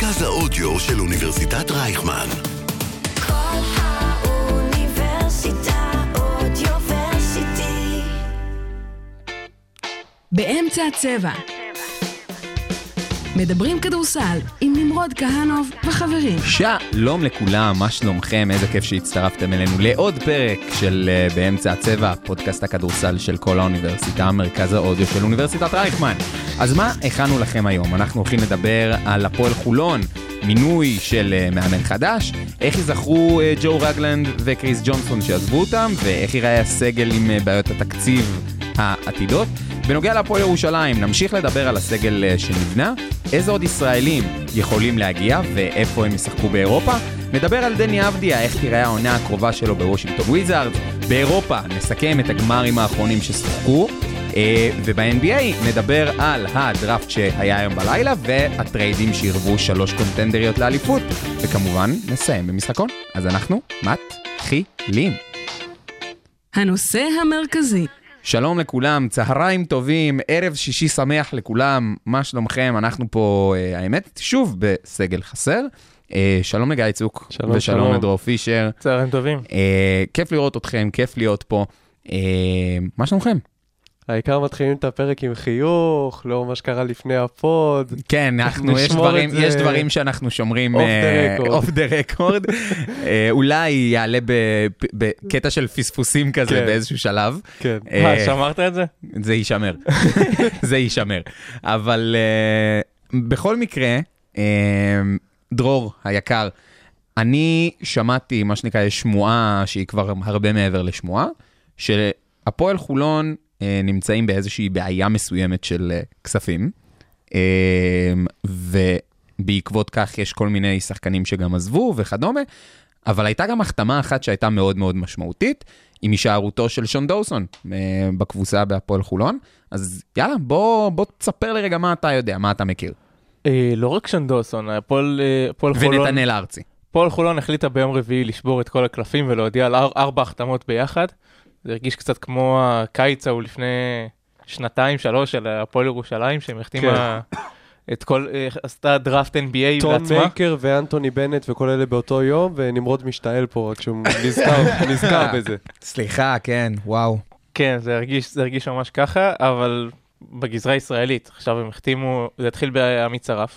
מרכז האודיו של אוניברסיטת רייכמן. כל האוניברסיטה אודיוורסיטי. באמצע הצבע. מדברים כדורסל עם נמרוד כהנוב וחברים. שלום לכולם, מה שלומכם? איזה כיף שהצטרפתם אלינו לעוד פרק של באמצע הצבע, פודקאסט הכדורסל של כל האוניברסיטה, מרכז האודיו של אוניברסיטת רייכמן. אז מה הכנו לכם היום? אנחנו הולכים לדבר על הפועל חולון, מינוי של מאמן חדש, איך יזכרו ג'ו רגלנד וקריס ג'ונסון שעזבו אותם, ואיך ייראה הסגל עם בעיות התקציב העתידות. בנוגע להפועל ירושלים, נמשיך לדבר על הסגל שנבנה, איזה עוד ישראלים יכולים להגיע ואיפה הם ישחקו באירופה. נדבר על דני אבדיה, איך תראה העונה הקרובה שלו בוושינגטון וויזארדס. באירופה נסכם את הגמרים האחרונים ששחקו, וב-NBA נדבר על הדראפט שהיה היום בלילה והטריידים שירבו 3 קונטנדריות לאליפות, וכמובן נסיים במשחקון. אז אנחנו מתחילים. הנושא המרכזי. שלום לכולם, צהריים טובים, ערב שישי שמח לכולם, מה שלומכם? אנחנו פה, האמת, שוב בסגל חסר. שלום לגיא צוק, ושלום לדרור פישר. צהריים טובים. כיף לראות אתכם, כיף להיות פה. מה שלומכם? העיקר מתחילים את הפרק עם חיוך, לא מה שקרה לפני הפוד. כן, יש דברים שאנחנו שומרים אוף דה רקורד. אולי יעלה בקטע של פספוסים כזה באיזשהו שלב. כן. שמרת את זה? זה יישמר. זה יישמר. אבל בכל מקרה, דרור היקר, אני שמעתי מה שנקרא, יש שמועה שהיא כבר הרבה מעבר לשמועה, שהפועל חולון נמצאים באיזושהי בעיה מסוימת של כספים, ובעקבות כך יש כל מיני שחקנים שגם עזבו וכדומה, אבל הייתה גם החתמה אחת שהייתה מאוד מאוד משמעותית, עם הישארותו של שון דאוסון בקבוצה בהפועל חולון. אז יאללה, בוא תספר לי רגע מה אתה יודע, מה אתה מכיר. לא רק שון דאוסון, הפועל חולון... ונתנאל ארצי. הפועל חולון החליטה ביום רביעי לשבור את כל הקלפים ולהודיע על 4 החתמות ביחד. זה הרגיש קצת כמו הקיץ ההוא לפני 2-3 של הפועל ירושלים, שהם החתימה את כל, עשתה דראפט NBA טון בעצמה. מייקר ואנטוני בנט וכל אלה באותו יום, ונמרוד משתעל פה, רק שהוא נזכר בזה. סליחה, כן, וואו. כן, זה הרגיש ממש ככה, אבל בגזרה הישראלית, עכשיו הם החתימו, זה התחיל בעמית שרף.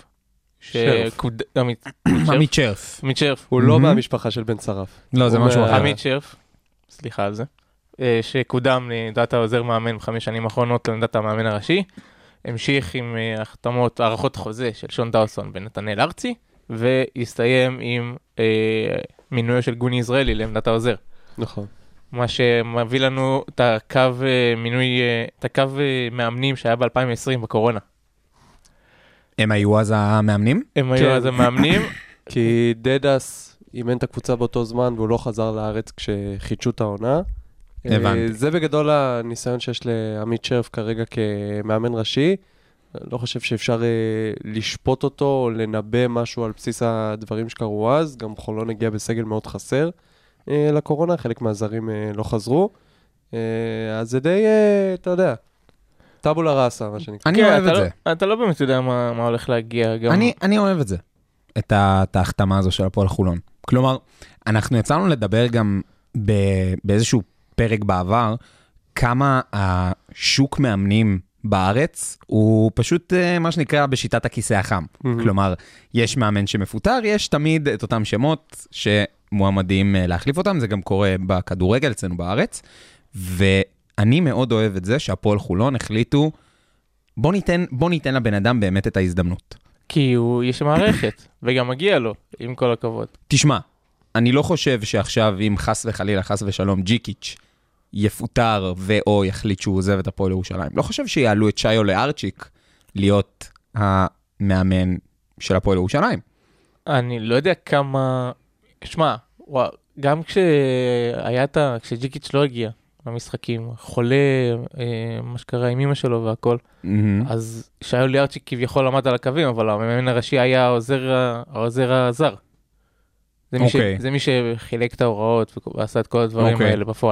עמית שרף. עמית שרף. הוא לא מהמשפחה של בן שרף. לא, זה משהו אחר. עמית שרף, סליחה על זה. שקודם לעמדת העוזר מאמן ב5 שנים האחרונות לעמדת המאמן הראשי, המשיך עם החתמות, הערכות חוזה של שון דאוסון ונתנאל ארצי, והסתיים עם מינויו של גוני יזרעאלי לעמדת העוזר. נכון. מה שמביא לנו את הקו מינוי, את הקו מאמנים שהיה ב-2020 בקורונה. הם היו אז המאמנים? הם היו אז המאמנים. כי דדס אימן את הקבוצה באותו זמן, והוא לא חזר לארץ כשחידשו את העונה. הבנתי. זה בגדול הניסיון שיש לעמית שרף כרגע כמאמן ראשי. לא חושב שאפשר לשפוט אותו או לנבא משהו על בסיס הדברים שקרו אז. גם חולון הגיע בסגל מאוד חסר לקורונה, חלק מהזרים לא חזרו. אז זה די, אתה יודע, טאבולה ראסה, מה שנקרא. אני אוהב את זה. אתה לא באמת יודע מה הולך להגיע. אני אוהב את זה, את ההחתמה הזו של הפועל חולון. כלומר, אנחנו יצאנו לדבר גם באיזשהו פרק בעבר, כמה השוק מאמנים בארץ הוא פשוט מה שנקרא בשיטת הכיסא החם. כלומר, יש מאמן שמפוטר, יש תמיד את אותם שמות שמועמדים להחליף אותם, זה גם קורה בכדורגל אצלנו בארץ, ואני מאוד אוהב את זה שהפועל חולון החליטו, בוא ניתן לבן אדם באמת את ההזדמנות. כי יש מערכת, וגם מגיע לו, עם כל הכבוד. תשמע, אני לא חושב שעכשיו אם חס וחלילה, חס ושלום, ג'יקיץ' יפוטר ואו יחליט שהוא עוזב את הפועל ירושלים. לא חושב שיעלו את שיו לארצ'יק להיות המאמן של הפועל ירושלים. אני לא יודע כמה... שמע, גם כשג'יקיץ' לא הגיע למשחקים, חולה, מה שקרה עם אמא שלו והכל, אז שיו לארצ'יק כביכול עמד על הקווים, אבל המאמן הראשי היה העוזר הזר. זה מי שחילק את ההוראות ועשה את כל הדברים האלה בפועל.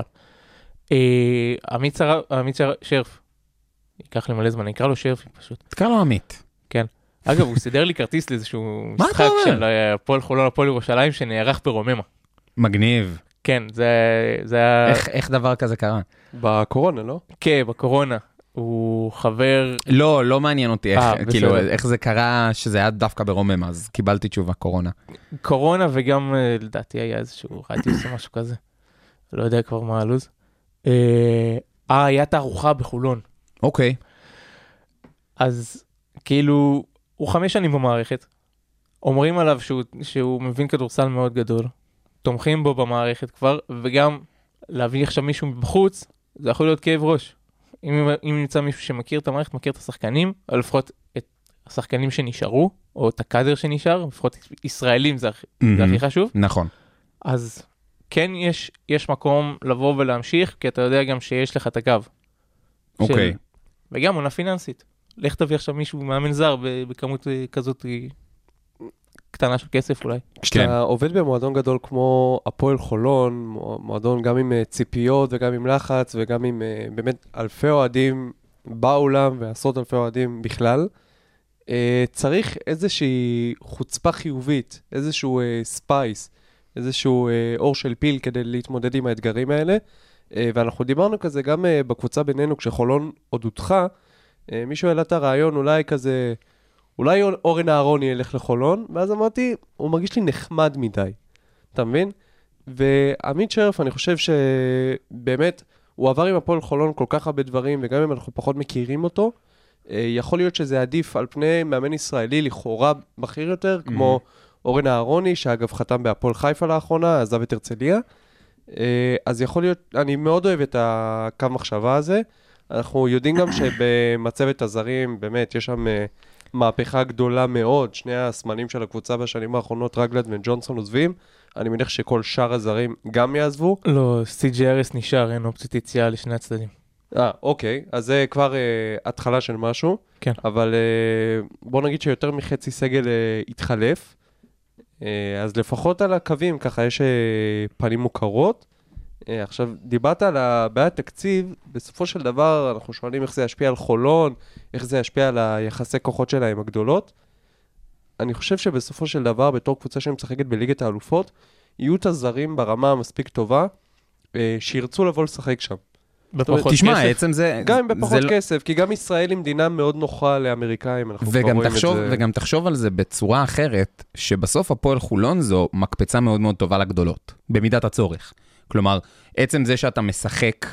עמית שרף, ייקח לי מלא זמן, אני אקרא לו שרפי פשוט. תקרא לו עמית. כן. אגב, הוא סידר לי כרטיס לאיזשהו מה משחק אתה אומר? של הפועל חולון, הפועל ירושלים, שנערך ברוממה. מגניב. כן, זה היה... איך דבר כזה קרה? בקורונה, לא? כן, בקורונה. הוא חבר... לא מעניין אותי איך, בסדר. כאילו, איך זה קרה שזה היה דווקא ברומם, אז קיבלתי תשובה, קורונה. קורונה, וגם לדעתי היה איזשהו רדיוס או משהו כזה. לא יודע כבר מה הלוז. היה תערוכה בחולון. אוקיי. אז כאילו, הוא 5 שנים במערכת. אומרים עליו שהוא מבין כדורסל מאוד גדול. תומכים בו במערכת כבר, וגם להביא עכשיו מישהו מבחוץ, זה יכול להיות כאב ראש. אם נמצא מישהו שמכיר את המערכת, מכיר את השחקנים, או לפחות את השחקנים שנשארו, או את הקאדר שנשאר, לפחות ישראלים זה הכי חשוב. נכון. אז כן יש מקום לבוא ולהמשיך, כי אתה יודע גם שיש לך את הקו. אוקיי. וגם עונה פיננסית. לך תביא עכשיו מישהו מאמן זר בכמות כזאת קטנה של כסף אולי. כשאתה עובד במועדון גדול כמו הפועל חולון, מועדון גם עם ציפיות וגם עם לחץ וגם עם באמת אלפי אוהדים באולם ועשרות אלפי אוהדים בכלל, צריך איזושהי חוצפה חיובית, איזשהו ספייס, איזשהו אור של פיל כדי להתמודד עם האתגרים האלה. ואנחנו דיברנו כזה גם בקבוצה בינינו, כשחולון עוד הודחה, מישהו העלה את הרעיון אולי כזה, אולי אורן אהרוני ילך לחולון, ואז אמרתי, הוא מרגיש לי נחמד מדי, אתה מבין? ועמית שרף, אני חושב שבאמת, הוא עבר עם הפועל חולון כל כך הרבה דברים, וגם אם אנחנו פחות מכירים אותו, יכול להיות שזה עדיף על פני מאמן ישראלי לכאורה בכיר יותר, כמו אורן אהרוני, שאגב חתם בהפועל חיפה לאחרונה, עזב את הרצליה. אז יכול להיות, אני מאוד אוהב את הקו מחשבה הזה. אנחנו יודעים גם שבמצבת הזרים, באמת, יש שם מהפכה גדולה מאוד. שני הסמנים של הקבוצה בשנים האחרונות, רגלד וג'ונסון עוזבים. אני מניח שכל שאר הזרים גם יעזבו. לא, סי.ג'י.ארס נשאר, אין אופציית יציאה לשני הצדדים. אוקיי, אז זה כבר התחלה של משהו. כן. אבל בוא נגיד שיותר מחצי סגל התחלף. אז לפחות על הקווים, ככה יש פנים מוכרות. עכשיו, דיברת על הבעיית תקציב, בסופו של דבר אנחנו שואלים איך זה ישפיע על חולון, איך זה ישפיע על היחסי כוחות שלהם הגדולות. אני חושב שבסופו של דבר, בתור קבוצה שמשחקת בליגת האלופות, יהיו את הזרים ברמה המספיק טובה, שירצו לבוא לשחק שם. בפחות תשמע, כסף. עצם זה... גם אם בפחות זה כסף, כי גם ישראל היא מדינה מאוד נוחה לאמריקאים, אנחנו כבר רואים את זה. וגם תחשוב על זה בצורה אחרת, שבסוף הפועל חולון זו מקפצה מאוד מאוד טובה לגדולות, במידת הצורך. כלומר, עצם זה שאתה משחק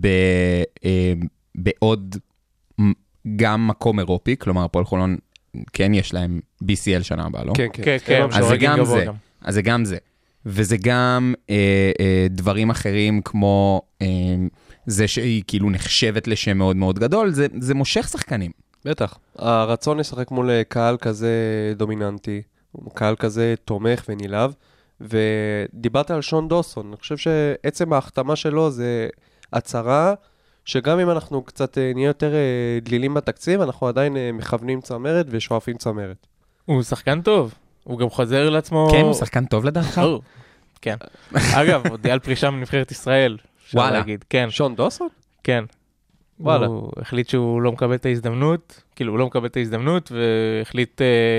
בעוד גם מקום אירופי, כלומר, הפועל חולון כן יש להם BCL שנה הבאה, לא? כן, כן, כן. אז זה גם זה. אז זה גם זה. וזה גם דברים אחרים כמו זה שהיא כאילו נחשבת לשם מאוד מאוד גדול, זה מושך שחקנים. בטח. הרצון לשחק מול קהל כזה דומיננטי, קהל כזה תומך ונילב, ודיברת על שון דוסון, אני חושב שעצם ההחתמה שלו זה הצהרה, שגם אם אנחנו קצת נהיה יותר דלילים בתקציב, אנחנו עדיין מכוונים צמרת ושואפים צמרת. הוא שחקן טוב, הוא גם חוזר לעצמו... כן, הוא שחקן טוב לדעתך? כן. אגב, הודיע על פרישה מנבחרת ישראל. וואלה. כן. שון דוסון? כן. וואלה. הוא החליט שהוא לא מקבל את ההזדמנות, כאילו הוא לא מקבל את ההזדמנות, והחליט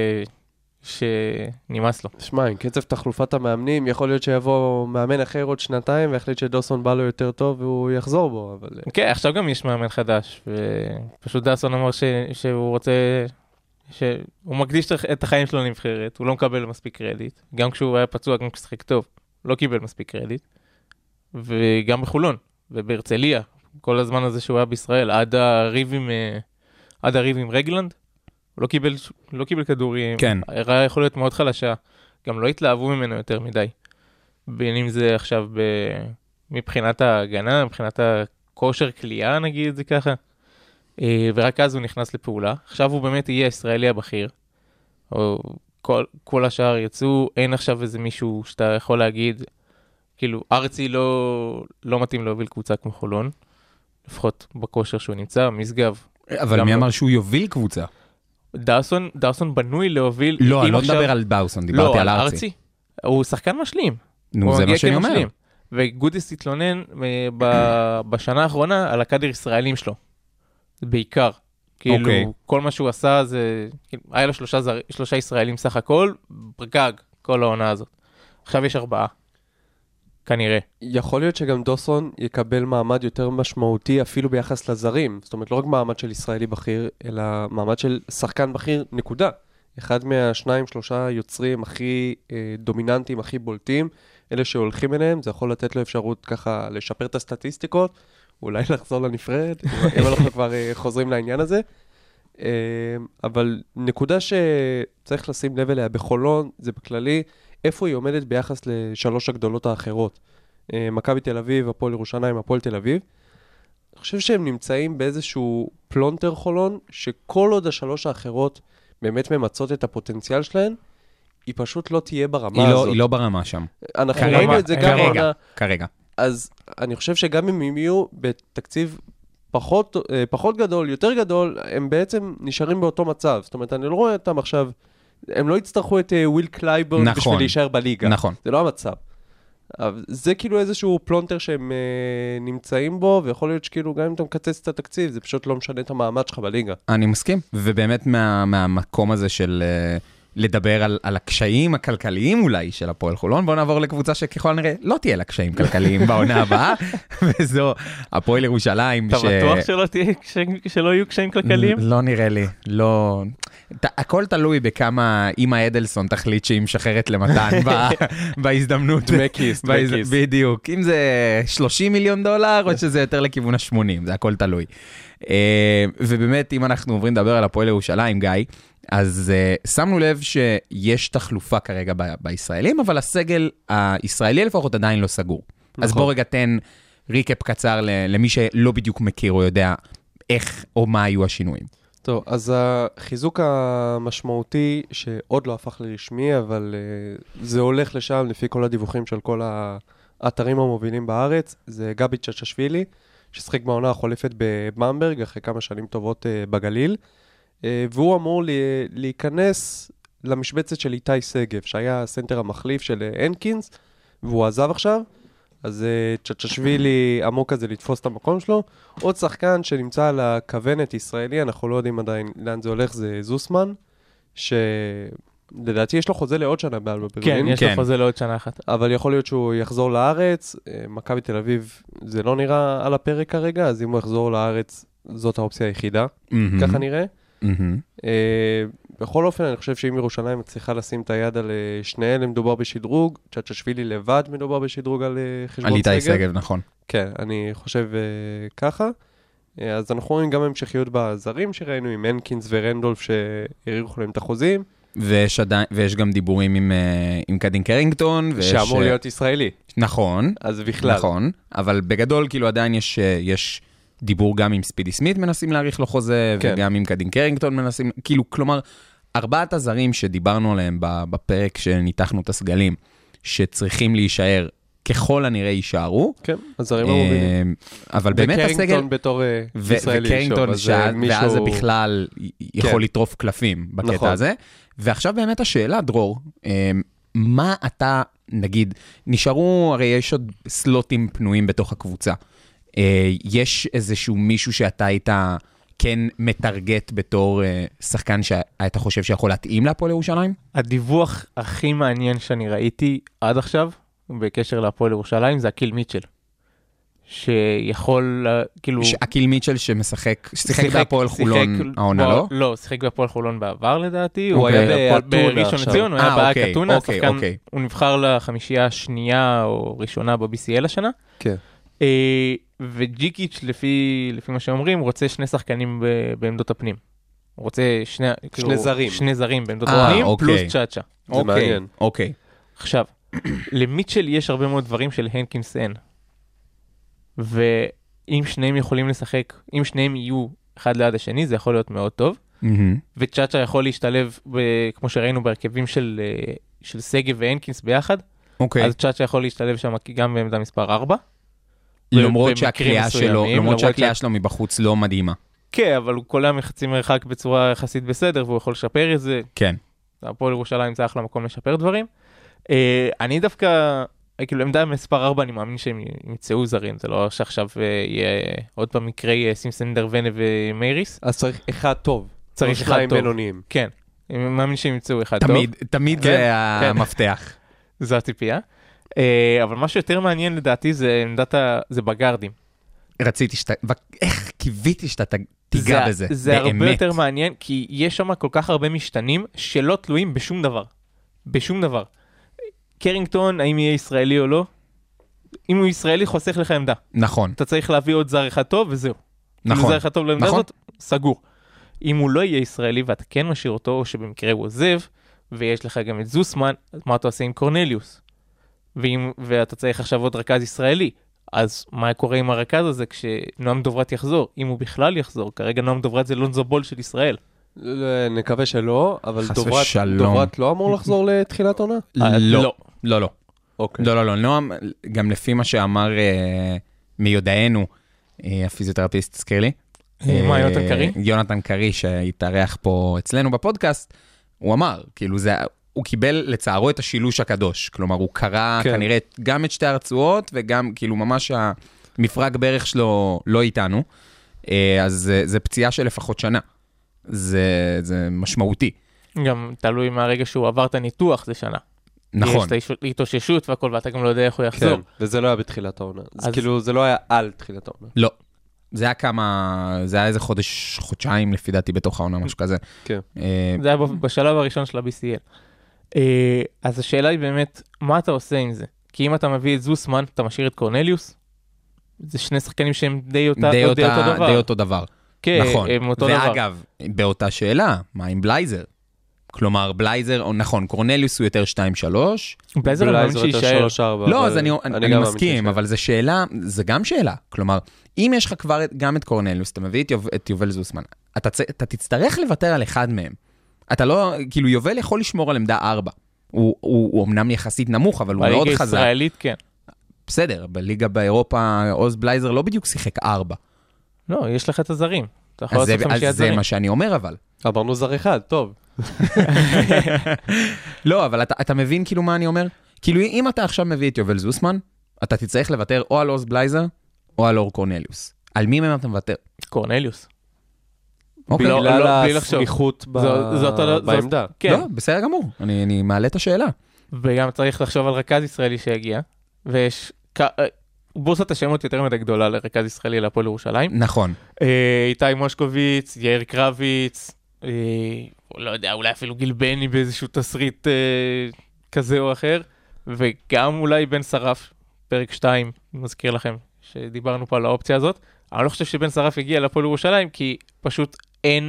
שנמאס לו. שמע, עם קצב תחלופת המאמנים, יכול להיות שיבוא מאמן אחר עוד שנתיים, והחליט שדוסון בא לו יותר טוב, והוא יחזור בו, אבל... כן, עכשיו גם יש מאמן חדש, ופשוט דוסון אמר שהוא רוצה... שהוא מקדיש את החיים שלו לנבחרת, הוא לא מקבל מספיק קרדיט, גם כשהוא היה פצוע, גם כששחק טוב, לא קיבל מספיק קרדיט, וגם בחולון, ובהרצליה, כל הזמן הזה שהוא היה בישראל, עד הריב עם רגלנד, הוא לא קיבל כדורים, כן. הראה יכול להיות מאוד חלשה, גם לא התלהבו ממנו יותר מדי, בין אם זה עכשיו מבחינת ההגנה, מבחינת הכושר קליעה, נגיד את זה ככה, ורק אז הוא נכנס לפעולה. עכשיו הוא באמת יהיה ישראלי הבכיר, או כל השאר יצאו, אין עכשיו איזה מישהו שאתה יכול להגיד, כאילו, ארצי לא מתאים להוביל קבוצה כמו חולון, לפחות בכושר שהוא נמצא, משגב. אבל מי אמר שהוא יוביל קבוצה? דאוסון בנוי להוביל... לא, אני לא מדבר על דאוסון, דיברתי על ארצי. הוא שחקן משלים. נו, זה מה שאני אומר. וגודיס התלונן בשנה האחרונה על הקאדר ישראלים שלו. בעיקר. כאילו, כל מה שהוא עשה זה, היה לו 3 ישראלים סך הכל, גג, כל העונה הזאת. עכשיו יש 4. כנראה. יכול להיות שגם דוסון יקבל מעמד יותר משמעותי אפילו ביחס לזרים. זאת אומרת, לא רק מעמד של ישראלי בכיר, אלא מעמד של שחקן בכיר, נקודה. אחד מה2-3 יוצרים הכי דומיננטיים, הכי בולטים, אלה שהולכים אליהם, זה יכול לתת לו אפשרות ככה לשפר את הסטטיסטיקות, אולי לחזור לנפרד, אם אנחנו כבר חוזרים לעניין הזה. אבל נקודה שצריך לשים לב אליה בחולון, זה בכללי, איפה היא עומדת ביחס ל3 הגדולות האחרות. מכבי תל אביב, הפועל ירושלים, הפועל תל אביב. אני חושב שהם נמצאים באיזשהו פלונטר חולון, שכל עוד 3 האחרות באמת ממצות את הפוטנציאל שלהן, היא פשוט לא תהיה ברמה הזאת. היא לא ברמה שם. אנחנו ראינו את זה גם כרגע. אז אני חושב שגם אם הם יהיו בתקציב פחות גדול, יותר גדול, הם בעצם נשארים באותו מצב. זאת אומרת, אני לא רואה אותם עכשיו, הם לא יצטרכו את וויל קלייברן בשביל להישאר בליגה. נכון. זה לא המצב. זה כאילו איזשהו פלונטר שהם נמצאים בו, ויכול להיות שכאילו גם אם אתה מקצץ את התקציב, זה פשוט לא משנה את המעמד שלך בליגה. אני מסכים, ובאמת מהמקום הזה של לדבר על הקשיים הכלכליים אולי של הפועל חולון, בואו נעבור לקבוצה שככל נראה לא תהיה לה קשיים כלכליים בעונה הבאה, וזו הפועל ירושלים. אתה בטוח שלא יהיו קשיים כלכליים? לא נראה לי, לא... הכל תלוי בכמה אמא אדלסון תחליט שהיא משחררת למתן בהזדמנות. דמקיס. בדיוק. אם זה $30 מיליון, או שזה יותר לכיוון ה-80, זה הכל תלוי. ובאמת, אם אנחנו עוברים לדבר על הפועל ירושלים, גיא, אז שמנו לב שיש תחלופה כרגע בישראלים, אבל הסגל הישראלי לפחות עדיין לא סגור. אז בוא רגע תן ריקאפ קצר למי שלא בדיוק מכיר או יודע איך או מה היו השינויים. טוב, אז החיזוק המשמעותי שעוד לא הפך לרשמי, אבל זה הולך לשם לפי כל הדיווחים של כל האתרים המובילים בארץ, זה גבי צ'צ'שווילי, ששחק בעונה החולפת בבמברג אחרי כמה שנים טובות בגליל, והוא אמור להיכנס למשבצת של איתי סגב, שהיה הסנטר המחליף של הנקינס, והוא עזב עכשיו, אז צ'צ'שווילי אמור כזה לתפוס את המקום שלו. עוד שחקן שנמצא על הכוונת ישראלי, אנחנו לא יודעים עדיין לאן זה הולך, זה זוסמן, שלדעתי יש לו חוזה לעוד שנה בברלין. כן, יש לו חוזה לעוד שנה אחת. אבל יכול להיות שהוא יחזור לארץ, מכבי תל אביב זה לא נראה על הפרק כרגע, אז אם הוא יחזור לארץ, זאת האופציה היחידה, ככה נראה. בכל אופן, אני חושב שאם ירושלים צריכה לשים את היד על שני אלה, מדובר בשדרוג, צ'צ'שווילי לבד מדובר בשדרוג על חשבון סגל. על איתי סגב, נכון. כן, אני חושב ככה. אז אנחנו רואים גם המשכיות בזרים שראינו עם הנקינס ורנדולף שהאריכו להם את החוזים. ויש גם דיבורים עם קדין קרינגטון. שאמור להיות ישראלי. נכון. אז בכלל. נכון, אבל בגדול כאילו עדיין יש דיבור גם עם ספידי סמית מנסים להאריך לו חוזה, כן. וגם עם קדין קרינגטון מנסים, כאילו, כלומר, 4 הזרים שדיברנו עליהם בפרק שניתחנו את הסגלים, שצריכים להישאר, ככל הנראה יישארו. כן, הזרים המובילים. אבל באמת הסגל... וקרינגטון בתור ישראלי. וקרינגטון, ואז זה בכלל יכול לטרוף קלפים בקטע הזה. ועכשיו באמת השאלה, דרור, מה אתה, נגיד, נשארו, הרי יש עוד סלוטים פנויים בתוך הקבוצה. יש איזשהו מישהו שאתה היית כן מטרגט בתור שחקן שאתה חושב שיכול להתאים להפועל ירושלים? הדיווח הכי מעניין שאני ראיתי עד עכשיו, בקשר להפועל ירושלים, זה אקיל מיטשל. שיכול, כאילו... אקיל מיטשל ששיחק בהפועל חולון העונה, לא? לא, שיחק בהפועל חולון בעבר לדעתי, הוא היה בראשון לציון, הוא היה באקתונה, הוא נבחר לחמישייה השנייה או ראשונה ב-BCL השנה. כן. וג'יקיץ' לפי מה שאומרים, רוצה 2 שחקנים בעמדות הפנים. הוא רוצה שני זרים בעמדות הפנים, פלוס צ'אצ'ה. זה מעניין. אוקיי. עכשיו, למיטשל יש הרבה מאוד דברים של הנקינס אין. ואם שניהם יכולים לשחק, אם שניהם יהיו אחד ליד השני, זה יכול להיות מאוד טוב. וצ'אצ'ה יכול להשתלב, כמו שראינו, בהרכבים של סגב והנקינס ביחד. אז צ'אצ'ה יכול להשתלב שם גם בעמדה מספר 4. למרות שהקריאה שלו מבחוץ לא מדהימה. כן, אבל הוא קולע מחצי מרחק בצורה יחסית בסדר, והוא יכול לשפר את זה. כן. הפועל ירושלים זה אחלה מקום לשפר דברים. אני דווקא כאילו עמדה מספר 4, אני מאמין שהם ימצאו זרים, זה לא שעכשיו יהיה עוד פעם מקרי סימסנדר ונה ומייריס. אז צריך אחד טוב. צריך אחד שניים טוב. בינוניים. כן, אני מאמין שהם ימצאו אחד טוב. תמיד כן, זה כן. המפתח. זו הציפייה. אבל מה שיותר מעניין לדעתי זה זה בגארדים. רציתי איך קיוויתי שאתה תיגע בזה, זה הרבה באמת. יותר מעניין, כי יש שם כל כך הרבה משתנים שלא תלויים בשום דבר. בשום דבר. קרינגטון, האם יהיה ישראלי או לא? אם הוא ישראלי, חוסך לך עמדה. נכון. אתה צריך להביא עוד זר אחד טוב, וזהו. נכון. אם זר אחד טוב לעמדה נכון. הזאת, סגור. אם הוא לא יהיה ישראלי ואתה כן משאיר אותו, או שבמקרה הוא עוזב, ויש לך גם את זוסמן, אז מה אתה עושה עם קורנליוס? ואתה צריך עכשיו עוד רכז ישראלי. אז מה קורה עם הרכז הזה כשנועם דוברת יחזור? אם הוא בכלל יחזור, כרגע נועם דוברת זה לונזו בול של ישראל. נקווה שלא, אבל חס ושלום. דוברת לא אמור לחזור לתחילת עונה? לא. לא. אוקיי. לא. נועם, גם לפי מה שאמר מיודענו, הפיזיותרפיסט, תזכיר לי. מה, יונתן קרי? יונתן קרי, שהתארח פה אצלנו בפודקאסט, הוא אמר, כאילו הוא קיבל לצערו את השילוש הקדוש. כלומר, הוא קרא כנראה גם את שתי הרצועות, וגם כאילו ממש המפרק בערך שלו לא איתנו. אז זה פציעה של לפחות שנה. זה משמעותי. גם תלוי מהרגע שהוא עבר את הניתוח, זה שנה. נכון. יש את ההתאוששות והכל, ואתה גם לא יודע איך הוא יחזור. כן, וזה לא היה בתחילת העונה. אז כאילו, זה לא היה על תחילת העונה. לא. זה היה איזה חודשיים לפי דעתי בתוך העונה, משהו כזה. כן. זה היה בשלב הראשון של ה-BCL. אז השאלה היא באמת, מה אתה עושה עם זה? כי אם אתה מביא את זוסמן, אתה משאיר את קורנליוס? זה שני שחקנים שהם די אותו דבר. די אותו דבר. כן, נכון. הם אותו דבר. ואגב, באותה שאלה, מה עם בלייזר? כלומר, בלייזר, נכון, קורנליוס הוא יותר 2-3. בלייזר אני מאמין שיישאר. 3-4. לא, אז אני מסכים, אבל זה גם שאלה. כלומר, אם יש לך כבר גם את קורנליוס, אתה מביא את יובל זוסמן, אתה תצטרך לוותר על אחד מהם. אתה לא, כאילו יובל יכול לשמור על עמדה 4. הוא אמנם יחסית נמוך, אבל הוא מאוד בליגה חזק. ישראלית, כן. בסדר, בליגה באירופה, עוז בלייזר לא בדיוק שיחק 4. לא, יש לך את הזרים. אתה יכול אז לעשות חמישיית זה זרים. מה שאני אומר, אבל. אמרנו זר אחד, טוב. לא, אבל אתה מבין כאילו מה אני אומר? כאילו אם אתה עכשיו מביא את יובל זוסמן, אתה תצטרך לוותר או על עוז בלייזר, או על אור קורנליוס. על מי מהם אתה מוותר? קורנליוס. אוקיי. בגלל בלי לחשוב. הסמיכות בעמדה. כן. לא, בסדר גמור. אני מעלה את השאלה. וגם צריך לחשוב על רכז ישראלי שהגיע, ויש בורסת השמות יותר מדי גדולה לרכז ישראלי להפועל ירושלים. נכון. איתי מושקוביץ, יאיר קרביץ, לא יודע, אולי אפילו גיל בני באיזשהו תסריט כזה או אחר, וגם אולי בן שרף, פרק 2, מזכיר לכם שדיברנו פה על האופציה הזאת. אני לא חושב שבן שרף הגיע להפועל ירושלים, כי פשוט אין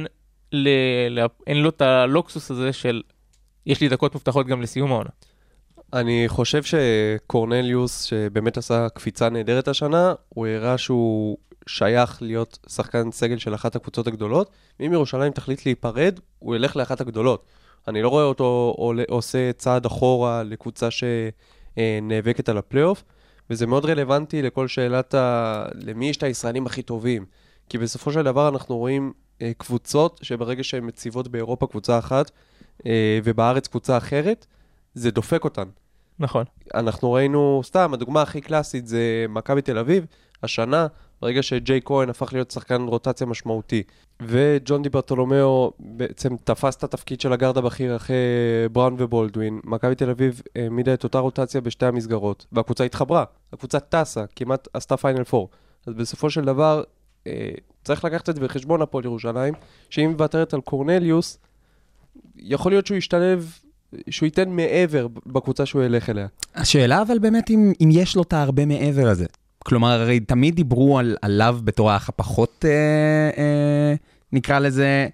לו את הלוקסוס הזה של יש לי דקות מובטחות גם לסיום העונה. אני חושב שקורנליוס, שבאמת עשה קפיצה נהדרת השנה, הוא הראה שהוא שייך להיות שחקן סגל של אחת הקבוצות הגדולות, ואם ירושלים תחליט להיפרד, הוא ילך לאחת הגדולות. אני לא רואה אותו עושה צעד אחורה לקבוצה שנאבקת על הפלייאוף, וזה מאוד רלוונטי לכל שאלת למי יש את הישראלים הכי טובים. כי בסופו של דבר אנחנו רואים קבוצות שברגע שהן מציבות באירופה קבוצה אחת, ובארץ קבוצה אחרת, זה דופק אותן. נכון. אנחנו ראינו, סתם, הדוגמה הכי קלאסית זה מכבי תל אביב, השנה, ברגע שג'יי כהן הפך להיות שחקן רוטציה משמעותי, וג'ון די ברטולומיאו בעצם תפס את התפקיד של הגארד הבכיר אחרי בראון ובולדווין, מכבי תל אביב העמידה את אותה רוטציה בשתי המסגרות, והקבוצה התחברה, הקבוצה טסה, כמעט עשתה פיינל 4. אז בסופו של דבר, צריך לקחת את זה בחשבון הפועל ירושלים, שאם מוותרת על קורנליוס, יכול להיות שהוא ישתלב, שהוא ייתן מעבר בקבוצה שהוא ילך אליה. השאלה אבל באמת אם יש לו את הרבה מעבר הזה. כלומר, הרי תמיד דיברו עליו בתור האח הפחות, נקרא לזה,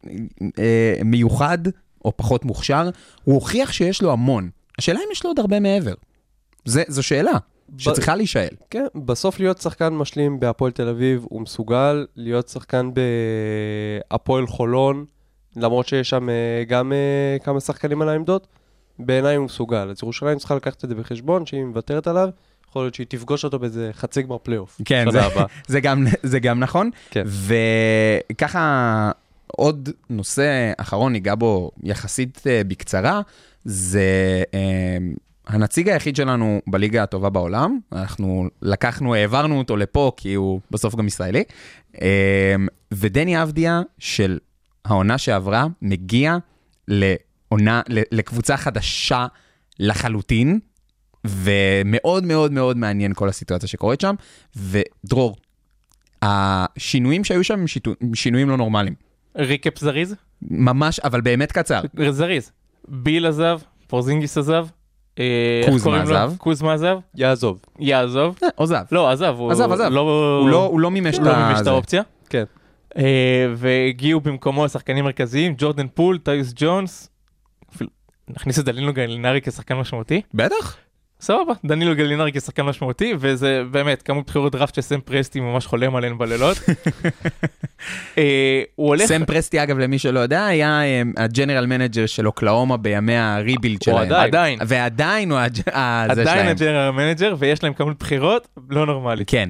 מיוחד או פחות מוכשר. הוא הוכיח שיש לו המון. השאלה אם יש לו עוד הרבה מעבר. זו שאלה שצריכה להישאל. כן, בסוף להיות שחקן משלים בהפועל תל אביב, הוא מסוגל להיות שחקן בהפועל חולון, למרות שיש שם גם כמה שחקנים על העמדות, בעיניי הוא מסוגל. אז ירושלים צריכה לקחת את זה בחשבון, שהיא מוותרת עליו, יכול להיות שהיא תפגוש אותו באיזה חצי גמר פלייאוף. כן, זה גם נכון. כן. וככה עוד נושא אחרון ניגע בו יחסית בקצרה, זה הנציג היחיד שלנו בליגה הטובה בעולם, אנחנו העברנו אותו לפה, כי הוא בסוף גם ישראלי, ודני אבדיה של העונה שעברה, מגיע לקבוצה חדשה לחלוטין, ומאוד מאוד מאוד מעניין כל הסיטואציה שקורית שם, ודרור, השינויים שהיו שם הם שינויים לא נורמליים. ריקאפ זריז? ממש, אבל באמת קצר. זריז. ביל עזב, פורזינגיס עזב. קוזמה עזב. קוזמה עזב. יעזוב. יעזוב. עזב. לא, עזב. עזב. הוא לא מימש את האופציה. כן. והגיעו במקומו שחקנים מרכזיים, ג'ורדן פול, טיוס ג'ונס. נכניס את דנילו גלינרי כשחקן משמעותי. בטח. סבבה, דנילו גלינרי כשחקן משמעותי, וזה באמת כמות בחירות דראפט שסם פרסטי ממש חולם עליהן בלילות. סם פרסטי, אגב, למי שלא יודע, היה הג'נרל מנג'ר של אוקלאומה בימי הריבילד שלהם. עדיין. ועדיין הוא זה שלהם. עדיין הג'נרל מנג'ר, ויש להם כמות בחירות לא נורמלית. כן.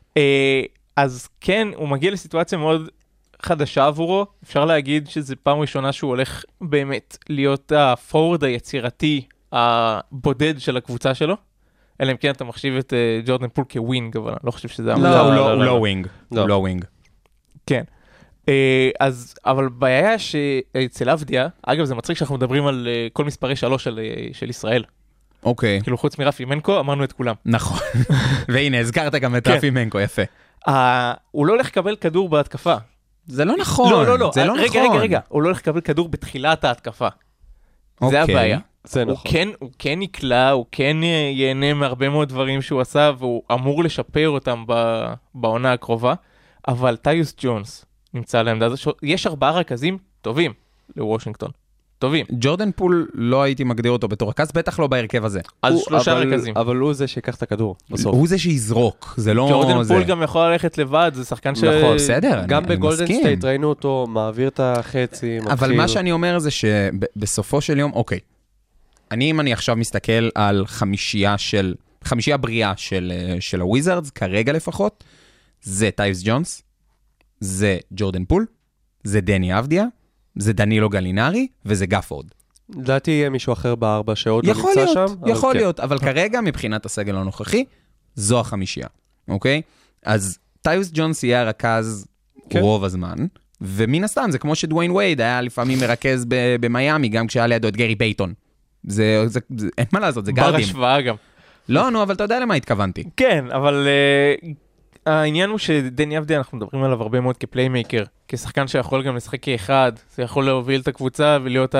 אז כן, הוא מגיע לסיטואציה מאוד חדשה עבורו. אפשר להגיד שזו פעם ראשונה שהוא הולך באמת להיות הפורוורד היצירתי הבודד של הקבוצה שלו. אלא אם כן אתה מחשיב את ג'ורדן פול כווינג, אבל אני לא חושב שזה... לא, הוא לא ווינג. הוא לא ווינג. כן. אז, אבל בעיה שאצל אבדיה, אגב זה מצחיק שאנחנו מדברים על כל מספרי 3 של ישראל. אוקיי. כאילו חוץ מרפי מנקו, אמרנו את כולם. נכון. והנה, הזכרת גם את רפי מנקו, יפה. הוא לא הולך לקבל כדור בהתקפה. זה לא נכון. לא. זה לא נכון. רגע. הוא לא הולך לקבל כדור בתחילת ההתקפה. זה הבעיה. זה נכון. הוא כן נקלע, הוא כן ייהנה מהרבה מאוד דברים שהוא עשה, והוא אמור לשפר אותם בעונה הקרובה, אבל טיוס ג'ונס נמצא על העמדה הזו. יש 4 רכזים טובים לוושינגטון. טובים. ג'ורדן פול לא הייתי מגדיר אותו בתור רכז, בטח לא בהרכב הזה. אז 3 רכזים. אבל הוא זה שיקח את הכדור בסוף. הוא זה שיזרוק, זה לא... ג'ורדן פול גם יכול ללכת לבד, זה שחקן ש... נכון, בסדר, גם בגולדן סטייט ראינו אותו, מעביר את החצי, מתחיל... אבל מה שאני אומר זה שבסופו של יום, אוקיי, אם אני עכשיו מסתכל על חמישייה בריאה של הוויזרדס, כרגע לפחות, זה טיוס ג'ונס, זה ג'ורדן פול, זה דני אבדיה, זה דנילו גלינרי, וזה גפורד. לדעתי יהיה מישהו אחר בארבע שעוד לא נמצא שם. יכול להיות, אבל כרגע מבחינת הסגל הנוכחי, זו החמישייה, אוקיי? אז טיוס ג'ונס יהיה הרכז רוב הזמן, ומן הסתם זה כמו שדוויין וייד היה לפעמים מרכז במיימי, גם כשהיה לידו את גרי פייטון. אין מה לעשות, זה גרדים. בר השוואה גם. לא, נו, אבל אתה יודע למה התכוונתי. כן, אבל העניין הוא שדני אבדיה, אנחנו מדברים עליו הרבה מאוד כפליימייקר, כשחקן שיכול גם לשחק כאחד, זה יכול להוביל את הקבוצה ולהיות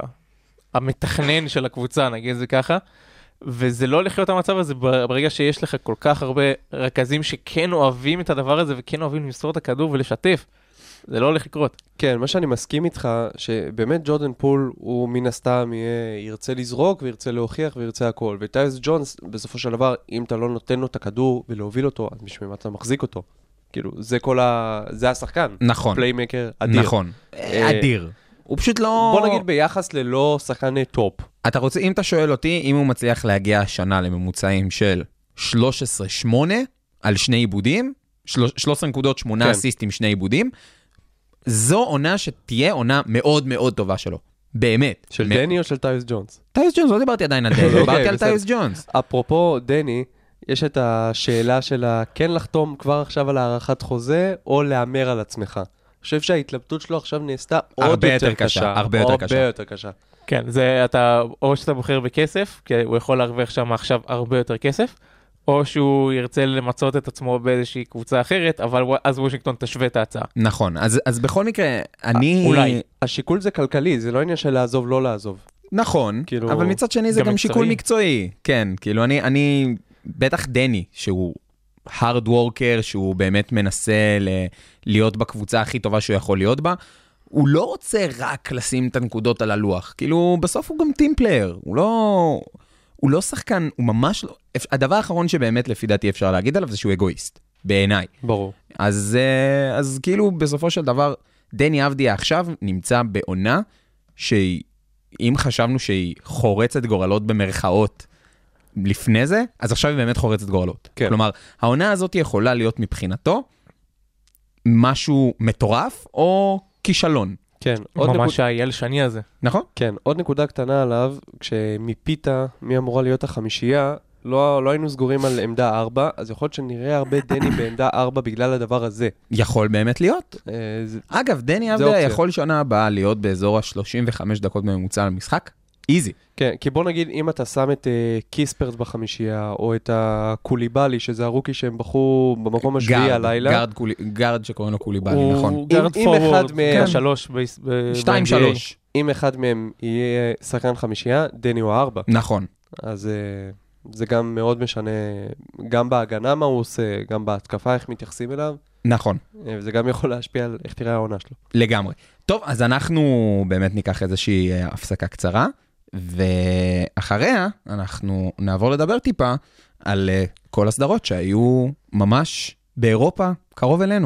המתכנן של הקבוצה, נגיד זה ככה, וזה לא הולך להיות המצב הזה ברגע שיש לך כל כך הרבה רכזים שכן אוהבים את הדבר הזה וכן אוהבים למסור את הכדור ולשתף. זה לא הולך לקרות. כן, מה שאני מסכים איתך, שבאמת ג'ורדן פול הוא מן הסתם ירצה לזרוק וירצה להוכיח וירצה הכל. וטיוס ג'ונס, בסופו של דבר, אם אתה לא נותן לו את הכדור ולהוביל אותו, אז בשביל מה אתה מחזיק אותו. כאילו, זה השחקן. נכון. פליימקר אדיר. נכון. אדיר. הוא פשוט לא... בוא נגיד ביחס ללא שחקן טופ. אתה רוצה, אם אתה שואל אותי, אם הוא מצליח להגיע השנה לממוצעים של 13-8 על 2 עיבודים, 13 נקודות, 8 אסיסטים, 2 עיבודים, זו עונה שתהיה עונה מאוד מאוד טובה שלו. באמת. של דני או של טיוס ג'ונס? טיוס ג'ונס, לא דיברתי עדיין על דני, דיברתי על טיוס ג'ונס. אפרופו דני, יש את השאלה של כן לחתום כבר עכשיו על הערכת חוזה, או לאמר על עצמך. אני חושב שההתלבטות שלו עכשיו נעשתה עוד יותר קשה. הרבה יותר קשה. כן, זה או שאתה בוחר בכסף, כי הוא יכול להרוויח שם עכשיו הרבה יותר כסף, או שהוא ירצה למצות את עצמו באיזושהי קבוצה אחרת, אבל אז וושינגטון תשווה את ההצעה. נכון, אז בכל מקרה, אולי. השיקול זה כלכלי, זה לא עניין של לעזוב, לא לעזוב. נכון, אבל מצד שני זה גם שיקול מקצועי. כן, כאילו אני, בטח דני, שהוא hard worker, שהוא באמת מנסה להיות בקבוצה הכי טובה שהוא יכול להיות בה, הוא לא רוצה רק לשים את הנקודות על הלוח. כאילו, בסוף הוא גם טים פלייר, הוא לא שחקן, הוא ממש לא... הדבר האחרון שבאמת לפי דעתי אפשר להגיד עליו זה שהוא אגואיסט, בעיניי. ברור. אז כאילו בסופו של דבר, דני אבדיה עכשיו נמצא בעונה שאם חשבנו שהיא חורצת גורלות במרכאות לפני זה, אז עכשיו היא באמת חורצת גורלות. כן. כלומר, העונה הזאת יכולה להיות מבחינתו משהו מטורף או כישלון. כן, עוד ממש האייל שני הזה. נכון? כן, עוד נקודה קטנה עליו, כשמיפיתה מי אמורה להיות החמישייה, לא היינו סגורים על עמדה 4, אז יכול להיות שנראה הרבה דני בעמדה 4 בגלל הדבר הזה. יכול באמת להיות. אגב, דני אבדיה יכול שנה הבאה להיות באזור ה-35 דקות בממוצע למשחק. איזי. כן, כי בוא נגיד, אם אתה שם את קיספרס בחמישייה, או את הקוליבלי, שזה הרוקי שהם בחרו במקום השביעי הלילה. גארד שקוראים לו קוליבלי, נכון. הוא גארד פורוורד, 3 2-3. אם אחד מהם יהיה שחקן חמישייה, דני הוא 4. נכון. אז זה גם מאוד משנה, גם בהגנה מה הוא עושה, גם בהתקפה איך מתייחסים אליו. נכון. וזה גם יכול להשפיע על איך תראה העונה שלו. לגמרי. טוב, אז אנחנו באמת ניקח איזושהי הפסקה קצרה, ואחריה אנחנו נעבור לדבר טיפה על כל הסדרות שהיו ממש באירופה, קרוב אלינו.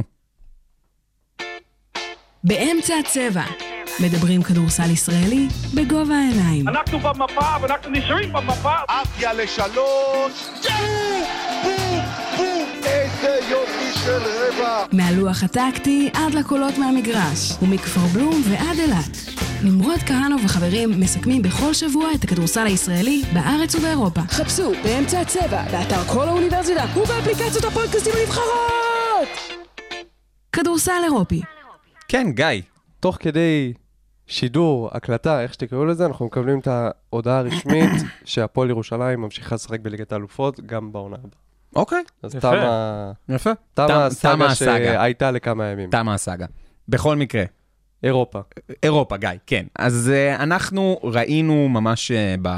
באמצע הצבע, מדברים כדורסל ישראלי בגובה העיניים. אנחנו במפה ואנחנו נשארים במפה. אפיה לשלוש. בום, בום, איזה יופי של רבע. מהלוח הטקטי עד לקולות מהמגרש, ומכפר בלום ועד אילת. נמרוד כהנוב וחברים מסכמים בכל שבוע את הכדורסל הישראלי בארץ ובאירופה. חפשו באמצע הצבע, באתר כל האוניברסיטה ובאפליקציות הפודקאסטים הנבחרות. כדורסל אירופי. כן, גיא. תוך כדי שידור, הקלטה, איך שתקראו לזה, אנחנו מקבלים את ההודעה הרשמית שהפועל ירושלים ממשיכה לשחק בליגת האלופות, גם בעונה הבאה. אוקיי. אז יפה. תמה הסאגה שהייתה לכמה ימים. תמה הסאגה. בכל מקרה. אירופה, גיא, כן. אז אנחנו ראינו ממש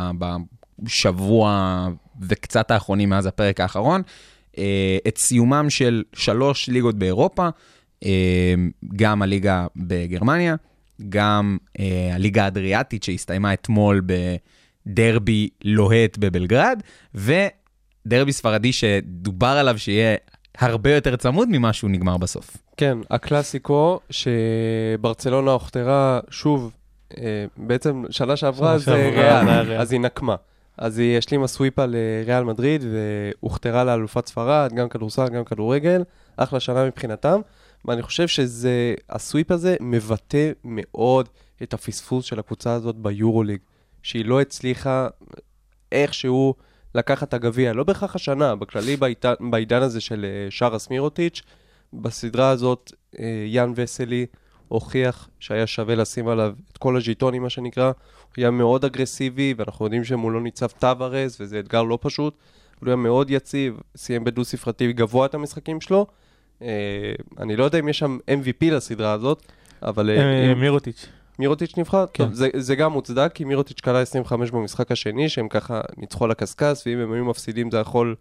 בשבוע וקצת האחרונים מאז הפרק האחרון, את סיומם של 3 ליגות באירופה, גם הליגה בגרמניה, גם הליגה האדריאטית שהסתיימה אתמול בדרבי לוהט בבלגרד, ודרבי ספרדי שדובר עליו שיהיה הרבה יותר צמוד ממה שהוא נגמר בסוף. כן, הקלאסיקו שברצלונה הוכתרה שוב, בעצם שנה שעברה זה ריאל, אז היא נקמה. אז היא השלימה סוויפה לריאל מדריד והוכתרה לאלופת ספרד, גם כדורסל, גם כדורגל, אחלה שנה מבחינתם. ואני חושב שהסוויפ הזה מבטא מאוד את הפספוס של הקבוצה הזאת ביורוליג, שהיא לא הצליחה איכשהו לקחת הגביע, לא בהכרח השנה, בכללי בעידן הזה של שרס מירוטיץ', בסדרה הזאת יאן וסלי הוכיח שהיה שווה לשים עליו את כל הז'יטונים, מה שנקרא, הוא היה מאוד אגרסיבי, ואנחנו יודעים שמולו ניצב טווארז, וזה אתגר לא פשוט, הוא היה מאוד יציב, סיים בדו ספרתי גבוה את המשחקים שלו, אני לא יודע אם יש שם MVP לסדרה הזאת, אבל... מירוטיץ' נבחר? כן. טוב, זה גם מוצדק, כי מירוטיץ' קלה 25 במשחק השני, שהם ככה ניצחו על הקסקס, ואם הם היו מפסידים זה יכול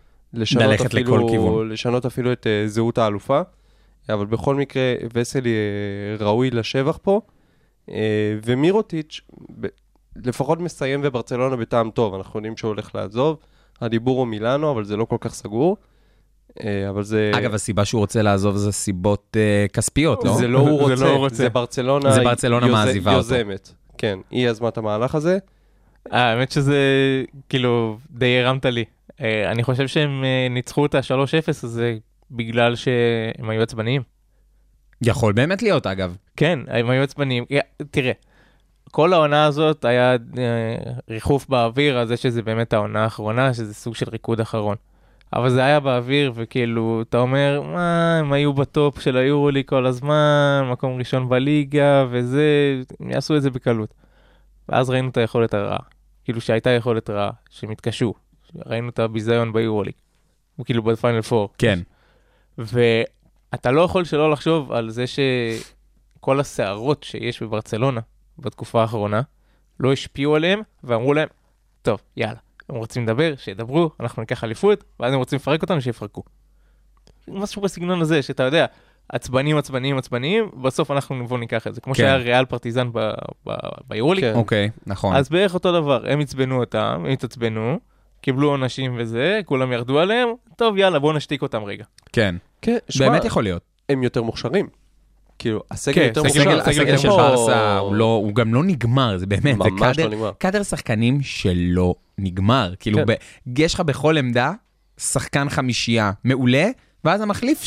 לשנות אפילו את זהות האלופה. אבל בכל מקרה, וסלי ראוי לשבח פה, ומירוטיץ' לפחות מסיים בברצלונה בטעם טוב, אנחנו יודעים שהוא הולך לעזוב, הדיבור הוא מילאנו, אבל זה לא כל כך סגור. אבל זה... אגב, הסיבה שהוא רוצה לעזוב זה סיבות כספיות, לא? זה לא הוא רוצה, זה ברצלונה מעזיבה אותו. יוזמת. כן, היא יזמה את המהלך הזה. האמת שזה, כאילו, די הרמת לי. אני חושב שהם ניצחו את ה-3-0, אז זה בגלל שהם היו עצבניים. יכול באמת להיות, אגב. כן, הם היו עצבניים. תראה, כל העונה הזאת היה ריחוף באוויר, על זה שזה באמת העונה האחרונה, שזה סוג של ריקוד אחרון. אבל זה היה באוויר, וכאילו, אתה אומר, מה, הם היו בטופ של היורולי כל הזמן, מקום ראשון בליגה, וזה, הם יעשו את זה בקלות. ואז ראינו את היכולת הרעה. כאילו שהייתה יכולת רעה, שהם התקשו. ראינו את הביזיון ביורולי. וכאילו בפיינל 4. כן. ואתה לא יכול שלא לחשוב על זה שכל הסערות שיש בברצלונה, בתקופה האחרונה, לא השפיעו עליהם, ואמרו להם, טוב, יאללה. הם רוצים לדבר, שידברו, אנחנו ניקח אליפות, ואז הם רוצים לפרק אותנו, שיפרקו. משהו בסגנון הזה, שאתה יודע, עצבנים, בסוף אנחנו נבוא ניקח את זה. כמו שהיה ריאל פרטיזן ביורוליג. אוקיי, נכון. אז בערך אותו דבר, הם הצבנו אותם, הם התעצבנו, קיבלו עונשים וזה, כולם ירדו עליהם, טוב, יאללה, בואו נשתיק אותם רגע. כן, באמת יכול להיות. הם יותר מוכשרים. כאילו, הסגל יותר מוכשר. הסגל של ברסה, הוא גם לא נגמר, זה באמת. ממש לא נגמר. קאדר שחקנים שלא נגמר. כאילו, יש לך בכל עמדה שחקן חמישייה מעולה, ואז המחליף שלו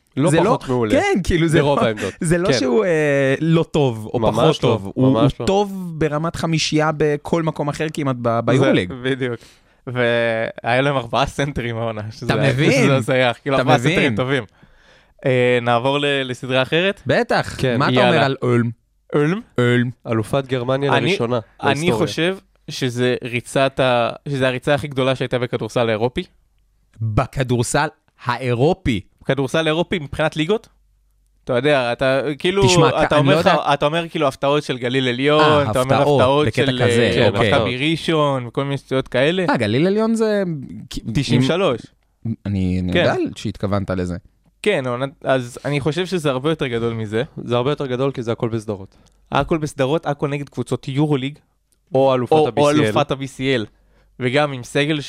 לא זה פחות מעולה. כן, כאילו זה ברוב לא, העמדות. זה לא כן. שהוא לא טוב או ממש פחות לא, טוב, הוא ממש לא. טוב ברמת חמישייה בכל מקום אחר כמעט ביורוליג. בדיוק. והיה להם 4 סנטרים העונה. אתה מבין? זה זייח, כאילו אתה 4 מבין? סנטרים טובים. נעבור לסדרה אחרת. בטח, כן. מה אתה יאללה. אומר על אולם? אולם. אלופת גרמניה אני- לראשונה. אני בהיסטוריה. חושב שזה הריצה הכי גדולה שהייתה בכדורסל האירופי. בכדורסל האירופי. כדורסל אירופי מבחינת ליגות. אתה יודע, אתה כאילו, תשמע, אתה אני אומר לא יודע- אתה אומר כאילו הפתעות של גליל עליון, אתה אומר הפתעות, הפתעות בקטע של כזה, כן, אוקיי. מכבי ראשון וכל מיני שטויות כאלה. גליל עליון זה... 93. אני כן. יודע שהתכוונת לזה. כן, אז אני חושב שזה הרבה יותר גדול מזה. זה הרבה יותר גדול כי זה הכל בסדרות. הכל בסדרות, הכל נגד קבוצות יורוליג, או אלופת או ה-BCL. אלופת ה-BCL, וגם עם סגל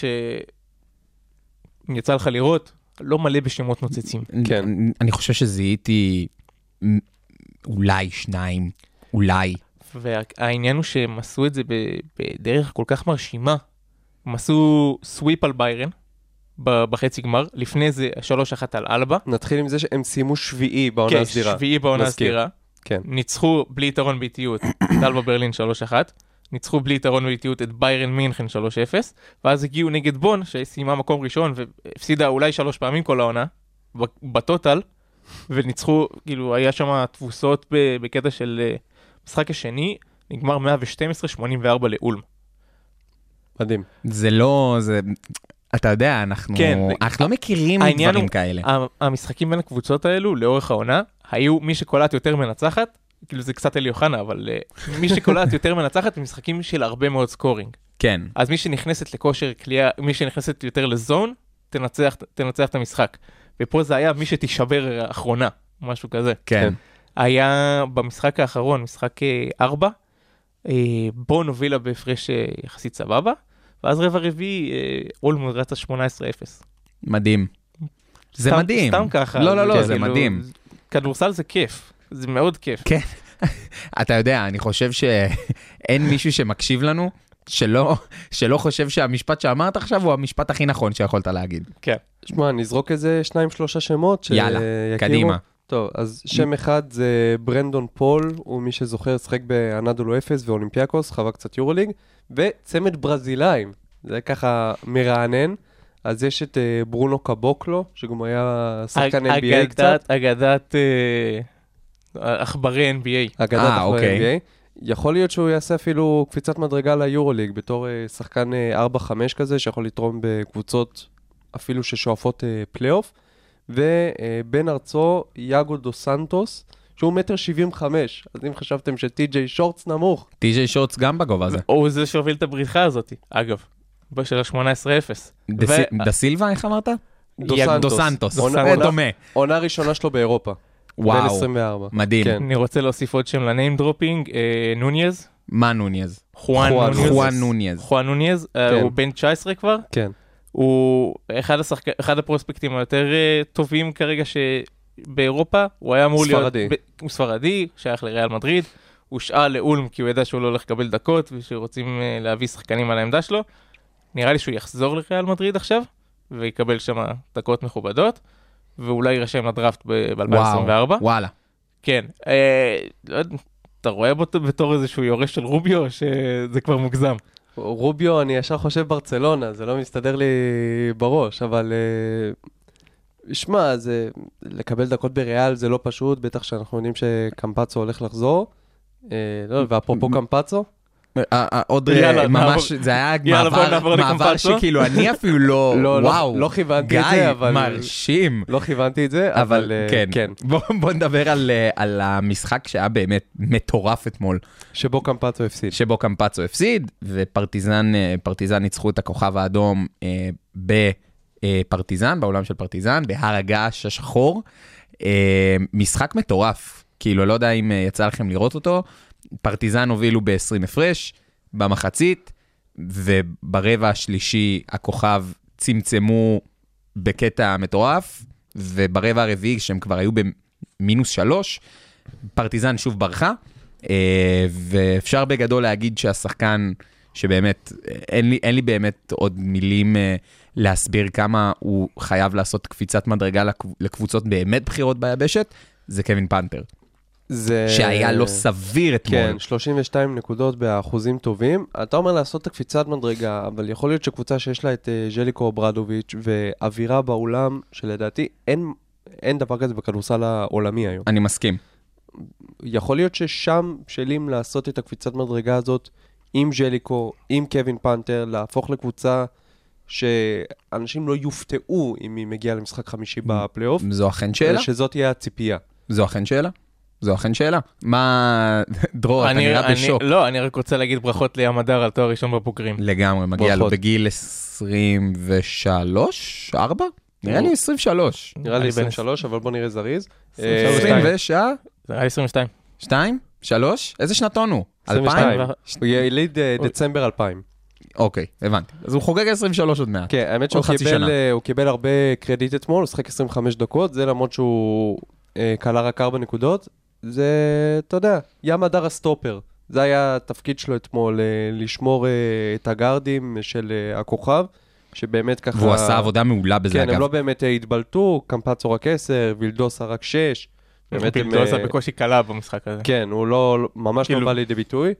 יצא לך לראות, לא מלא בשמות נוצצים. כן. אני חושב שזיהיתי אולי 2, אולי. והעניין הוא שהם עשו את זה בדרך כל כך מרשימה. הם עשו סוויפ על ביירן בחצי גמר, לפני זה 3-1 על אלבה. נתחיל עם זה שהם סיימו שביעי בעונה כן, הסדירה. שביעי בעונה נזכיר. הסדירה. כן. ניצחו בלי יתרון באיטיות את אלבה ברלין 3-1. ניצחו בלי יתרון באיטיות את ביירן מינכן 3-0. ואז הגיעו נגד בון, שסיימה מקום ראשון והפסידה אולי 3 פעמים כל העונה, בטוטל. וניצחו, כאילו, היה שם תבוסות בקטע של משחק השני, נגמר 112-84 לאולם. מדהים. זה לא... אתה יודע, אנחנו לא מכירים העניין דברים הוא, כאלה. המשחקים בין הקבוצות האלו, לאורך העונה, היו מי שקולט יותר מנצחת, כאילו זה קצת אלי אוחנה, אבל מי שקולט יותר מנצחת, הם משחקים של הרבה מאוד סקורינג. כן. אז מי שנכנסת לכושר קליעה, מי שנכנסת יותר לזון, תנצח את המשחק. ופה זה היה מי שתישבר האחרונה, משהו כזה. כן. היה במשחק האחרון, משחק 4, בון הובילה בהפרש יחסית סבבה, ואז רבע רביעי, אולמוד רצה 18-0. מדהים. זה מדהים. סתם ככה. לא, זה מדהים. כדורסל זה כיף, זה מאוד כיף. כן. אתה יודע, אני חושב שאין מישהו שמקשיב לנו, שלא חושב שהמשפט שאמרת עכשיו הוא המשפט הכי נכון שיכולת להגיד. כן. שמע, נזרוק איזה 2-3 שמות שיכירו. יאללה, קדימה. טוב, אז שם אחד זה ברנדון פול, הוא מי שזוכר שחק באנדולו אפס ואולימפיאקוס, חווה קצת יורוליג, וצמד ברזילאים, זה ככה מרענן. אז יש את ברונו קבוקלו, שגם היה שחקן NBA קצת. אגדת עכברי NBA. אגדת עכברי אוקיי. NBA. יכול להיות שהוא יעשה אפילו קפיצת מדרגה ליורוליג, בתור שחקן 4-5 כזה, שיכול לתרום בקבוצות אפילו ששואפות פלייאוף. ובן ארצו, יאגו דו סנטוס, שהוא 1.75 מטר, אז אם חשבתם שטי.ג'יי שורטס נמוך. טי.ג'יי שורטס גם בגובה הזה. הוא זה שהוביל את הבריחה הזאת, אגב, של ה-18-0. דה סילבה, איך אמרת? דו סנטוס. דומה. עונה ראשונה שלו באירופה. וואו. בין 24. מדהים. כן. אני רוצה להוסיף עוד שם לניים דרופינג, נוניאז. מה נוניאז? חואן נוניאז. חואן נוניאז, הוא בן 19 כבר. כן. הוא אחד הפרוספקטים היותר טובים כרגע שבאירופה, הוא היה אמור להיות... הוא ספרדי, שייך לריאל מדריד, הוא שעה לאולם כי הוא ידע שהוא לא הולך לקבל דקות, ושרוצים להביא שחקנים על העמדה שלו. נראה לי שהוא יחזור לריאל מדריד עכשיו, ויקבל שם דקות מכובדות, ואולי יירשם לדראפט ב-2024. וואלה. כן. אתה רואה בו בתור איזשהו יורש של רוביו, או שזה כבר מוגזם? רוביו, אני ישר חושב ברצלונה, זה לא מסתדר לי בראש, אבל שמע, לקבל דקות בריאל זה לא פשוט, בטח שאנחנו יודעים שקמפצו הולך לחזור, ואפרופו קמפצו, עוד ממש, זה היה מעבר שכאילו אני אפילו לא, וואו, לא כיוונתי את זה, אבל... גיא, מרשים. לא כיוונתי את זה, אבל כן. בוא נדבר על המשחק שהיה באמת מטורף אתמול. שבו קמפצו הפסיד. ופרטיזן ניצחו את הכוכב האדום בפרטיזן, בעולם של פרטיזן, בהר הגעש השחור. משחק מטורף, כאילו לא יודע אם יצא לכם לראות אותו, פרטיזן הובילו ב-20 הפרש במחצית, וברבע השלישי הכוכב צמצמו בקטע מטורף, וברבע הרביעי, שהם כבר היו ב-3, פרטיזן שוב ברחה, ואפשר בגדול להגיד שהשחקן שבאמת, אין לי באמת עוד מילים להסביר כמה הוא חייב לעשות קפיצת מדרגה לקבוצות באמת בחירות ביבשת, זה קווין פנתר. שהיה לא סביר אתמול. כן, 32 נקודות באחוזים טובים. אתה אומר לעשות את הקפיצת מדרגה, אבל יכול להיות שקבוצה שיש לה את ז'ליקו אוברדוביץ' ואווירה באולם, שלדעתי אין דבר כזה בכדורסל העולמי היום. אני מסכים. יכול להיות ששם שלים לעשות את הקפיצת מדרגה הזאת עם ז'ליקו, עם קווין פנתר, להפוך לקבוצה שאנשים לא יופתעו אם היא מגיעה למשחק חמישי בפלייאוף. זו אכן שאלה? שזאת תהיה הציפייה. זו אכן שאלה? זו אכן שאלה. מה, דרור, אתה נראה בשוק. לא, אני רק רוצה להגיד ברכות לים הדר על תואר ראשון בבוגרים. לגמרי, מגיע לו בגיל 23? 4? נראה לי 23. נראה לי 23, אבל בוא נראה זריז. 20 ושעה? זה היה 22. 2? 3? איזה שנתון הוא? 2002. הוא יליד דצמבר 2000. אוקיי, הבנתי. אז הוא חוגג 23 עוד מעט. כן, האמת שהוא קיבל הרבה קרדיט אתמול, הוא שחק 25 דקות, זה למרות שהוא קלה רק 4 נקודות. זה, אתה יודע, ים הדר הסטופר. זה היה התפקיד שלו אתמול, לשמור את הגארדים של הכוכב, שבאמת ככה... והוא עשה עבודה מעולה בזה, כן, אגב. הם לא באמת התבלטו, קמפצו רק 10, וילדוסה רק 6. וילדוסה בקושי קלה במשחק הזה. כן, הוא ממש לא בא לידי ביטוי.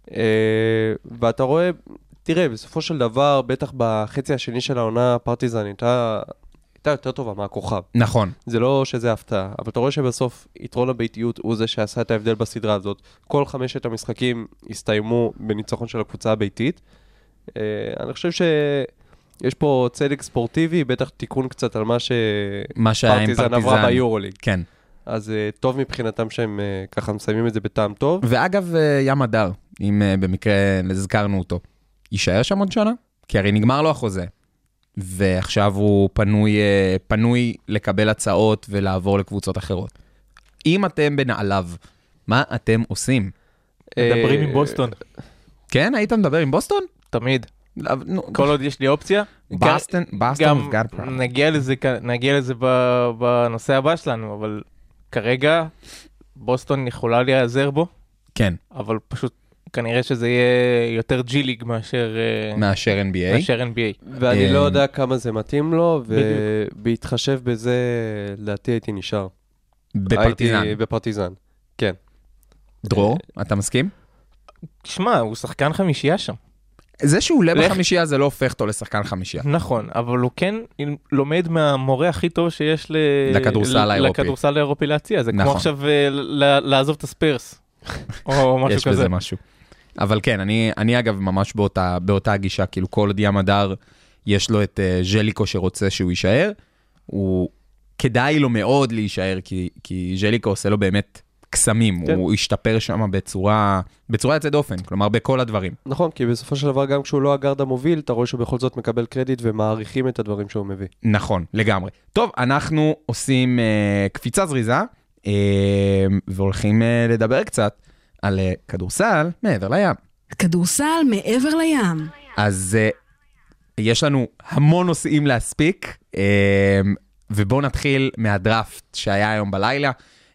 ואתה רואה, תראה, בסופו של דבר, בטח בחצי השני של העונה, פרטיזן הייתה יותר טובה מהכוכב. נכון. זה לא שזה הפתעה, אבל אתה רואה שבסוף יתרון הביתיות הוא זה שעשה את ההבדל בסדרה הזאת. כל 5 המשחקים הסתיימו בניצחון של הקבוצה הביתית. אני חושב שיש פה צדק ספורטיבי, בטח תיקון קצת על מה שפרטיזן עברה ביורוליג. כן. אז טוב מבחינתם שהם ככה מסיימים את זה בטעם טוב. ואגב, ים הדר, אם במקרה הזכרנו אותו, יישאר שם עוד שנה? כי הרי נגמר לו החוזה. ועכשיו הוא פנוי לקבל הצעות ולעבור לקבוצות אחרות. אם אתם בנעליו, מה אתם עושים? מדברים עם בוסטון. כן? היית מדבר עם בוסטון? תמיד. כל עוד יש לי אופציה. בוסטון, גם נגיע לזה בנושא הבא שלנו, אבל כרגע בוסטון יכולה להיעזר בו. כן. אבל פשוט כנראה שזה יהיה יותר ג'י-ליג מאשר NBA. ואני לא יודע כמה זה מתאים לו, ובהתחשב בזה, לדעתי הייתי נשאר. בפרטיזן, כן. דרור, אתה מסכים? תשמע, הוא שחקן חמישייה שם. זה שהוא עולה בחמישייה, זה לא הופך אותו לשחקן חמישייה. נכון, אבל הוא כן לומד מהמורה הכי טוב שיש לכדורסל האירופי להציע. זה כמו עכשיו לעזוב את הספרס, או משהו כזה. יש בזה משהו. אבל כן, אני אגב ממש באותה הגישה, כאילו כל עוד ים הדר יש לו את ז'ליקו שרוצה שהוא יישאר, הוא כדאי לו מאוד להישאר, כי ז'ליקו עושה לו באמת קסמים, הוא השתפר שם בצורה יוצאת דופן, כלומר בכל הדברים. נכון, כי בסופו של דבר גם כשהוא לא הגארד המוביל, אתה רואה שבכל זאת מקבל קרדיט ומעריכים את הדברים שהוא מביא. נכון, לגמרי. טוב, אנחנו עושים קפיצה זריזה, והולכים לדבר קצת על כדורסל מעבר לים. כדורסל מעבר לים. אז יש לנו המון נושאים להספיק, ובואו נתחיל מהדראפט שהיה היום בלילה,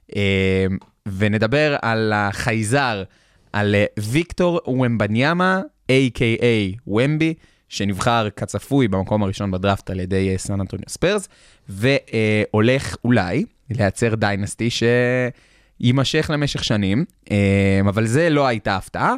ונדבר על החייזר, על ויקטור ומבניאמה, a.k.a. ומבי, שנבחר כצפוי במקום הראשון בדראפט על ידי סן אנטוניו ספרס, והולך אולי לייצר דיינסטי יימשך למשך שנים, אבל זה לא הייתה הפתעה.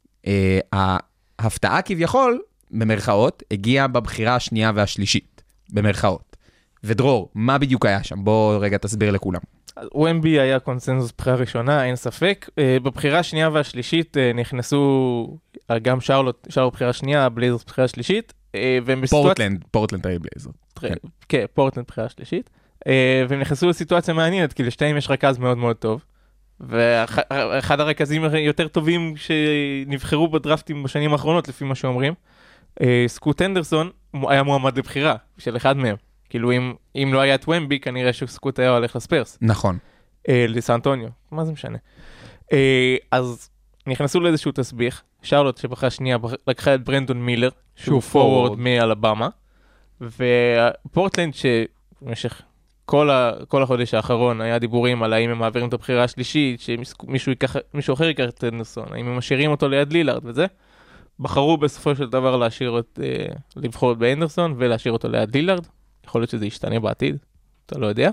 ההפתעה כביכול, במרכאות, הגיעה בבחירה השנייה והשלישית, במרכאות. ודרור, מה בדיוק היה שם? בוא רגע תסביר לכולם. ומבי היה קונסנזוס בחירה ראשונה, אין ספק. בבחירה השנייה והשלישית נכנסו גם שרלוט בחירה שנייה, בלייזרס בחירה שלישית. פורטלנד טריל בלייזר. כן, פורטלנד בחירה שלישית. והם נכנסו לסיטואציה מעניינת, כי לשתיים יש רכז מאוד מאוד טוב. ואחד הרכזים יותר טובים שנבחרו בדרפטים בשנים האחרונות, לפי מה שאומרים. סקוט אנדרסון היה מועמד לבחירה של אחד מהם. כאילו אם לא היה את ומבי, כנראה שסקוט היה הולך לספרס. נכון. לסן אנטוניו, מה זה משנה. אז נכנסו לאיזשהו תסביך, שרלוט שבחרה שנייה לקחה את ברנדון מילר, שהוא פורוורד מאלבמה, ופורטלנד שבמשך כל החודש האחרון היה דיבורים על האם הם מעבירים את הבחירה השלישית, שמישהו אחר ייקח את אנדרסון, האם הם משאירים אותו ליד לילארד וזה. בחרו בסופו של דבר לבחור באנדרסון ולהשאיר אותו ליד לילארד. יכול להיות שזה ישתנה בעתיד, אתה לא יודע.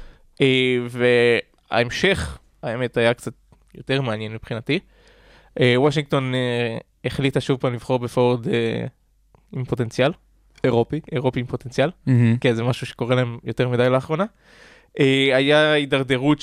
וההמשך, האמת, היה קצת יותר מעניין מבחינתי. וושינגטון החליטה שוב פעם לבחור בפורד עם פוטנציאל. אירופי עם פוטנציאל. כן, זה משהו שקורה להם יותר מדי לאחרונה. היה הידרדרות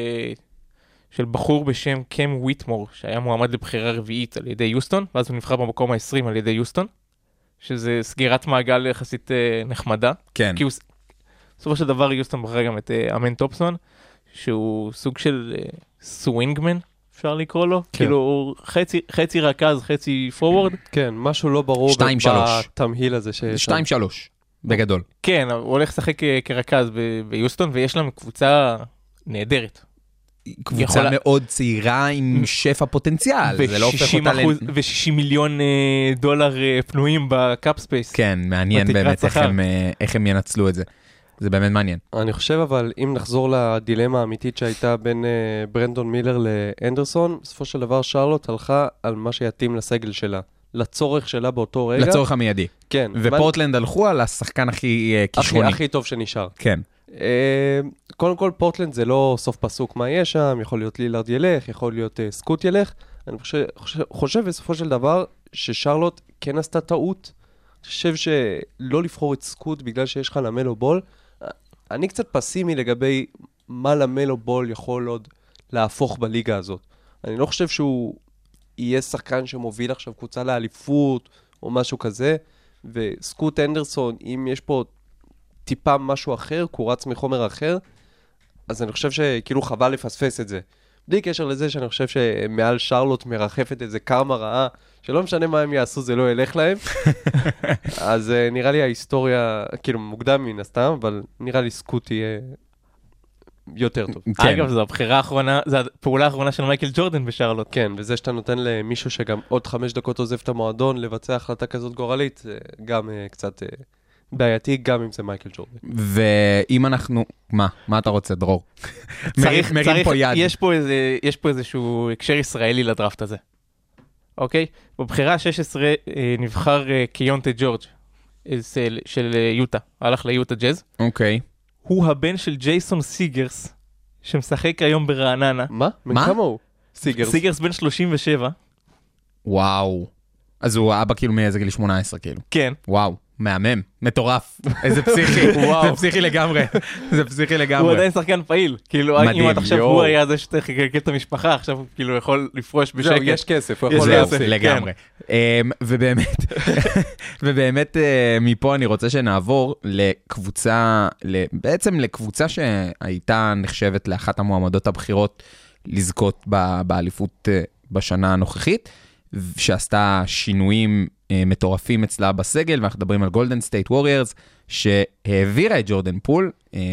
של בחור בשם קם וויטמור, שהיה מועמד לבחירה רביעית על ידי יוסטון, ואז הוא נבחר במקום ה-20 על ידי יוסטון, שזה סגירת מעגל יחסית נחמדה. כן. כי בסופו של דבר יוסטון בחרה גם את אמן תופסון, שהוא סוג של סווינגמן, אפשר לקרוא לו. כאילו חצי רכז, חצי פורוורד. כן, משהו לא ברור בתמהיל הזה. 2-3, בגדול. כן, הוא הולך לשחק כרכז ביוסטון, ויש להם קבוצה נהדרת. קבוצה מאוד צעירה עם שפע פוטנציאל, זה לא הופך אותה ו$60 מיליון פנויים בקאפ ספייס. כן, מעניין באמת איך הם ינצלו את זה. זה באמת מעניין. אני חושב אבל אם נחזור לדילמה האמיתית שהייתה בין ברנדון מילר לאנדרסון, בסופו של דבר שרלוט הלכה על מה שיתאים לסגל שלה, לצורך שלה באותו רגע. לצורך המיידי. כן. ופורטלנד הלכו על השחקן הכי כישרוני. הכי טוב שנשאר. כן. קודם כל פורטלנד זה לא סוף פסוק מה יש שם, יכול להיות לילארד ילך, יכול להיות סקוט ילך. אני חושב בסופו של דבר ששרלוט כן עשתה טעות. אני חושב שלא לבחור את סקוט בגלל שיש לך למלו בול. אני קצת פסימי לגבי מה למלו בול יכול עוד להפוך בליגה הזאת. אני לא חושב שהוא יהיה שחקן שמוביל עכשיו קבוצה לאליפות או משהו כזה, וסקוט אנדרסון, אם יש פה טיפה משהו אחר, קורץ מחומר אחר, אז אני חושב שכאילו חבל לפספס את זה. בלי קשר לזה שאני חושב שמעל שרלוט מרחפת איזה קרמה רעה, שלא משנה מה הם יעשו, זה לא ילך להם. אז נראה לי ההיסטוריה, כאילו מוקדם מן הסתם, אבל נראה לי סקוט יהיה יותר טוב. אגב, זו הבחירה האחרונה, זו הפעולה האחרונה של מייקל ג'ורדן בשרלוט. כן, וזה שאתה נותן למישהו שגם עוד 5 דקות עוזב את המועדון, לבצע החלטה כזאת גורלית, זה גם קצת בעייתי, גם אם זה מייקל ג'ורדן. ואם אנחנו, מה אתה רוצה, דרור? מרים פה יד. יש פה איזשהו הקשר ישראלי לדראפט הזה. אוקיי? בבחירה 16 נבחר קיונטה ג'ורג' של יוטה. הלך ליוטה ג'אז. אוקיי. הוא הבן של ג'ייסון סיגרס, שמשחק היום ברעננה. מה? כמה הוא? סיגרס בן 37. וואו. אז הוא אבא כאילו מאיזה גיל 18 כאילו. כן. וואו. מהמם, מטורף, איזה פסיכי, זה פסיכי לגמרי, זה פסיכי לגמרי. הוא עדיין שחקן פעיל, כאילו אם אתה עכשיו הוא היה זה שתחכה את המשפחה, עכשיו כאילו יכול לפרוש בשקט. יש כסף, הוא יכול לעשות. לגמרי. ובאמת מפה אני רוצה שנעבור לקבוצה, בעצם לקבוצה שהייתה נחשבת לאחת המועמדות הבחירות לזכות באליפות בשנה הנוכחית, שעשתה שינויים מטורפים אצלה בסגל, ואנחנו מדברים על גולדן סטייט ווריורס, שהעבירה את ג'ורדן פול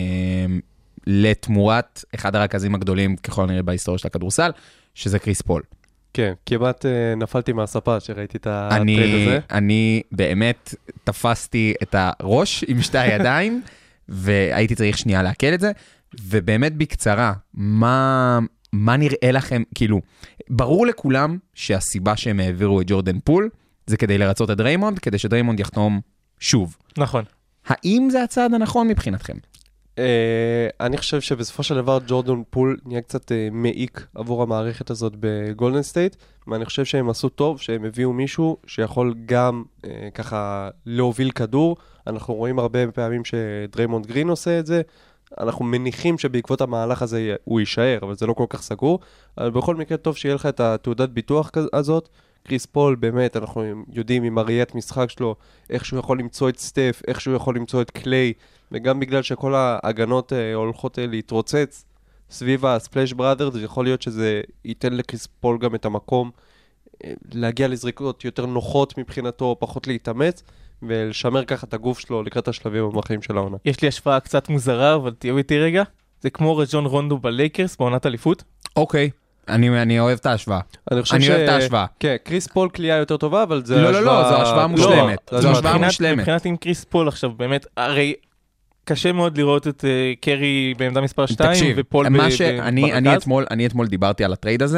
לתמורת אחד הרכזים הגדולים ככל הנראה בהיסטוריה של הכדורסל, שזה קריס פול. כן, כמעט נפלתי מהספה שראיתי את הטרייד הזה. אני באמת תפסתי את הראש עם שתי הידיים, והייתי צריך שנייה להקל את זה, ובאמת בקצרה, מה נראה לכם, כאילו, ברור לכולם שהסיבה שהם העבירו את ג'ורדן פול, זה כדי לרצות את דריימונד, כדי שדריימונד יחתום שוב. נכון. האם זה הצעד הנכון מבחינתכם? אני חושב שבסופו של דבר ג'ורדן פול נהיה קצת מעיק עבור המערכת הזאת בגולדן סטייט, ואני חושב שהם עשו טוב, שהם הביאו מישהו שיכול גם ככה להוביל כדור. אנחנו רואים הרבה פעמים שדריימונד גרין עושה את זה, אנחנו מניחים שבעקבות המהלך הזה הוא יישאר, אבל זה לא כל כך סגור. אבל בכל מקרה טוב שיהיה לך את התעודת ביטוח הזאת. קריס פול, באמת, אנחנו יודעים עם הראיית משחק שלו, איך שהוא יכול למצוא את סטף, איך שהוא יכול למצוא את קליי, וגם בגלל שכל ההגנות הולכות להתרוצץ סביב הספלאש בראדרס, יכול להיות שזה ייתן לקריס פול גם את המקום להגיע לזריקות יותר נוחות מבחינתו, פחות להתאמץ, ולשמר ככה את הגוף שלו לקראת השלבים המחיים של העונה. יש לי השפעה קצת מוזרה, אבל תהיו איתי רגע. זה כמו רג'ון רונדו בלייקרס, בעונת אליפות. אוקיי. אני אוהב את ההשוואה. אני אוהב את ההשוואה. כן, קריס פול קליעה יותר טובה, אבל זה השוואה... לא, זו השוואה מושלמת. זו השוואה מושלמת. מבחינת עם קריס פול עכשיו, באמת, הרי קשה מאוד לראות את קרי בעמדה מספר 2, ופול אני אתמול דיברתי על הטרייד הזה,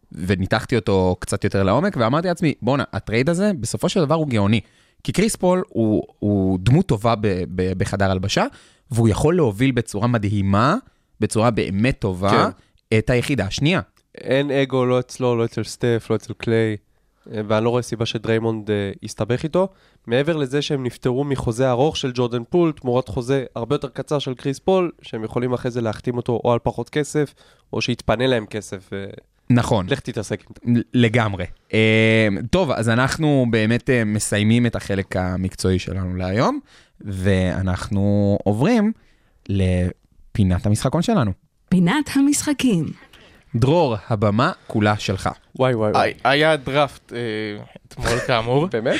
וניתחתי אותו קצת יותר לעומק, ואמרתי לעצמי, בוא'נה, הטרייד הזה בסופו של דבר הוא גאוני. כי קריס פול הוא דמות טובה בחדר הלבשה, והוא יכול להוביל בצורה מדהימה, בצורה באמת טובה, את היחידה השנייה. אין אגו, לא אצלו, לא אצל סטף, לא אצל קליי, ואני לא רואה סיבה שדריימונד יסתבך איתו. מעבר לזה שהם נפטרו מחוזה ארוך של ג'ורדן פול, תמורת חוזה הרבה יותר קצר של קריס פול, שהם יכולים אחרי זה להחתים אותו או על פחות כסף, או שיתפנה להם כסף. נכון. לך תתעסק איתו. לגמרי. טוב, אז אנחנו באמת מסיימים את החלק המקצועי שלנו להיום, ואנחנו עוברים לפינת המשחקון שלנו. פינת המשחקים. דרור, הבמה כולה שלך. וואי. היה דראפט אתמול כאמור. באמת?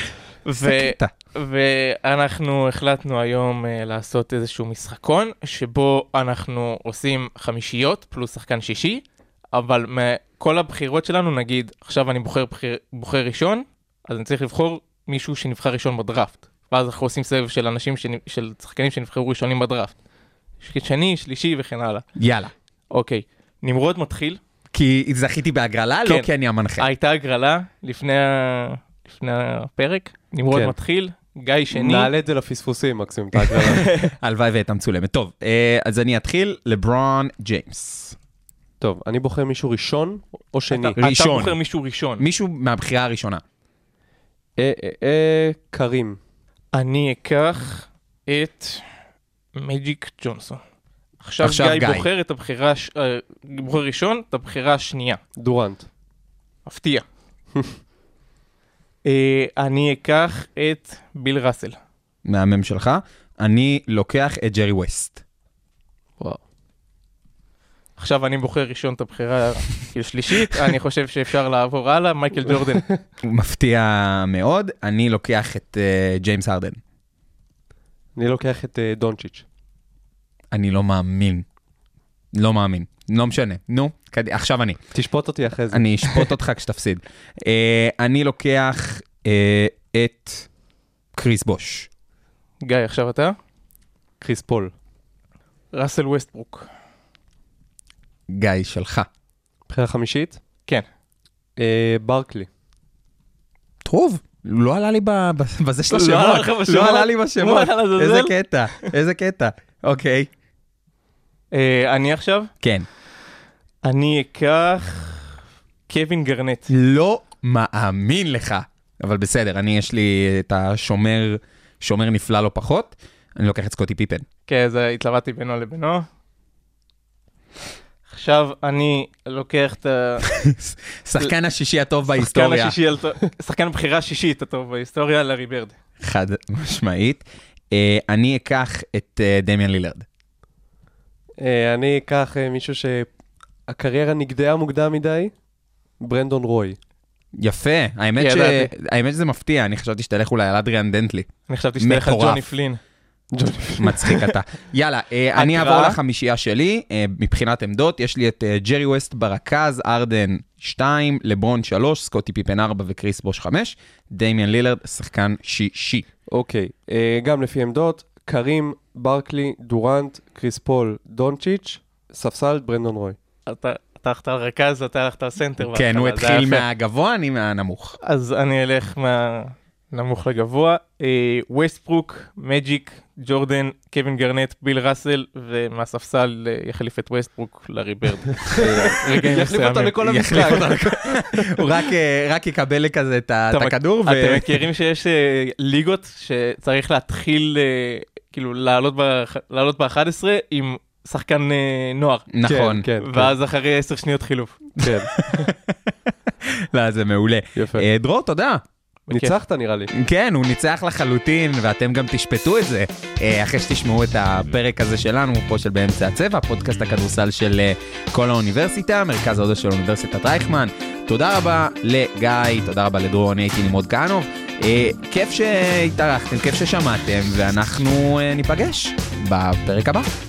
ואנחנו החלטנו היום לעשות איזשהו משחקון, שבו אנחנו עושים 5 פלוס שחקן שישי, אבל מכל הבחירות שלנו, נגיד, עכשיו אני בוחר ראשון, אז אני צריך לבחור מישהו שנבחר ראשון בדראפט. ואז אנחנו עושים סבב של אנשים, של שחקנים שנבחרו ראשונים בדראפט. שני, שלישי וכן הלאה. יאללה. אוקיי, נמרוד מתחיל. כי זכיתי בהגרלה, לא כי אני המנחה. הייתה הגרלה לפני הפרק, נמרוד מתחיל, גיא שני. נעלה את זה לפספוסים, מקסימום, את ההגרלה. הלוואי והייתה מצולמת. טוב, אז אני אתחיל, לברון ג'יימס. טוב, אני בוחר מישהו ראשון או שני? אתה בוחר מישהו ראשון. מישהו מהבחירה הראשונה. קרים. אני אקח את מג'יק ג'ונסון. עכשיו גיא בוחר את הבחירה, בוחר ראשון, את הבחירה השנייה. דורנט. מפתיע. אני אקח את ביל ראסל. מהמם שלך. אני לוקח את ג'רי ווסט. וואו. עכשיו אני בוחר ראשון את הבחירה שלישית, אני חושב שאפשר לעבור הלאה, מייקל ג'ורדן. הוא מפתיע מאוד. אני לוקח את ג'יימס הרדן. אני לוקח את דונצ'יץ'. אני לא מאמין. לא מאמין. לא משנה. נו, עכשיו אני. תשפוט אותי אחרי זה. אני אשפוט אותך כשתפסיד. אני לוקח את קריס בוש. גיא, עכשיו אתה? קריס פול. ראסל ווסטברוק. גיא, שלך. בחירה חמישית? כן. ברקלי. טוב, לא עלה לי בזה של השמות. לא עלה לי בשמות. איזה קטע, איזה קטע. אוקיי. אני עכשיו? כן. אני אקח קווין גרנט. לא מאמין לך. אבל בסדר, יש לי את השומר נפלא לא פחות. אני לוקח את סקוטי פיפן. כן, אז התלבטתי בינו לבינו. עכשיו אני לוקח את שחקן השישי הטוב בהיסטוריה. שחקן הבחירה השישית הטוב בהיסטוריה, לארי ברד. חד משמעית. אני אקח את דמיאן לילרד. אני אקח מישהו שהקריירה נגדעה מוקדם מדי, ברנדון רוי. יפה, האמת שזה מפתיע, אני חשבתי שתלך אולי על אדריאן דנטלי. אני חשבתי שתלך על ג'וני פלין. מצחיק אתה. יאללה, אני אעבור לחמישייה שלי, מבחינת עמדות, יש לי את ג'רי ווסט ברכז, ארדן 2, לברון 3, סקוטי פיפן 4 וקריס בוש 5, דמיאן לילרד, שחקן שישי. אוקיי, גם לפי עמדות, קרים, ברקלי, דורנט, קריס פול, דונצ'יץ', ספסל, ברנדון רוי. אתה הלכת על רכז, אתה הלכת על סנטר. כן, הוא התחיל מהגבוה, אני מהנמוך. אז אני אלך מהנמוך לגבוה. ווסטברוק, מג'יק, ג'ורדן, קווין גרנט, ביל ראסל, ומהספסל יחליף את ווסטברוק לארי ברד. יחליף אותה לכל המשחק. הוא רק יקבל לי כזה את הכדור. אתם מכירים שיש ליגות שצריך להתחיל, כאילו, לעלות ב-11 עם שחקן נוער. נכון. ואז אחרי 10 שניות חילוף. כן. לא, זה מעולה. דרור, תודה. ניצחת נראה לי. כן, הוא ניצח לחלוטין, ואתם גם תשפטו את זה, אחרי שתשמעו את הפרק הזה שלנו, פה של באמצע הצבע, פודקאסט הכדורסל של כל האוניברסיטה, מרכז ההודו של אוניברסיטת רייכמן. תודה רבה לגיא, תודה רבה לדרור, אני הייתי נמרוד כהנוב. כיף שהתארחתם, כיף ששמעתם, ואנחנו ניפגש בפרק הבא.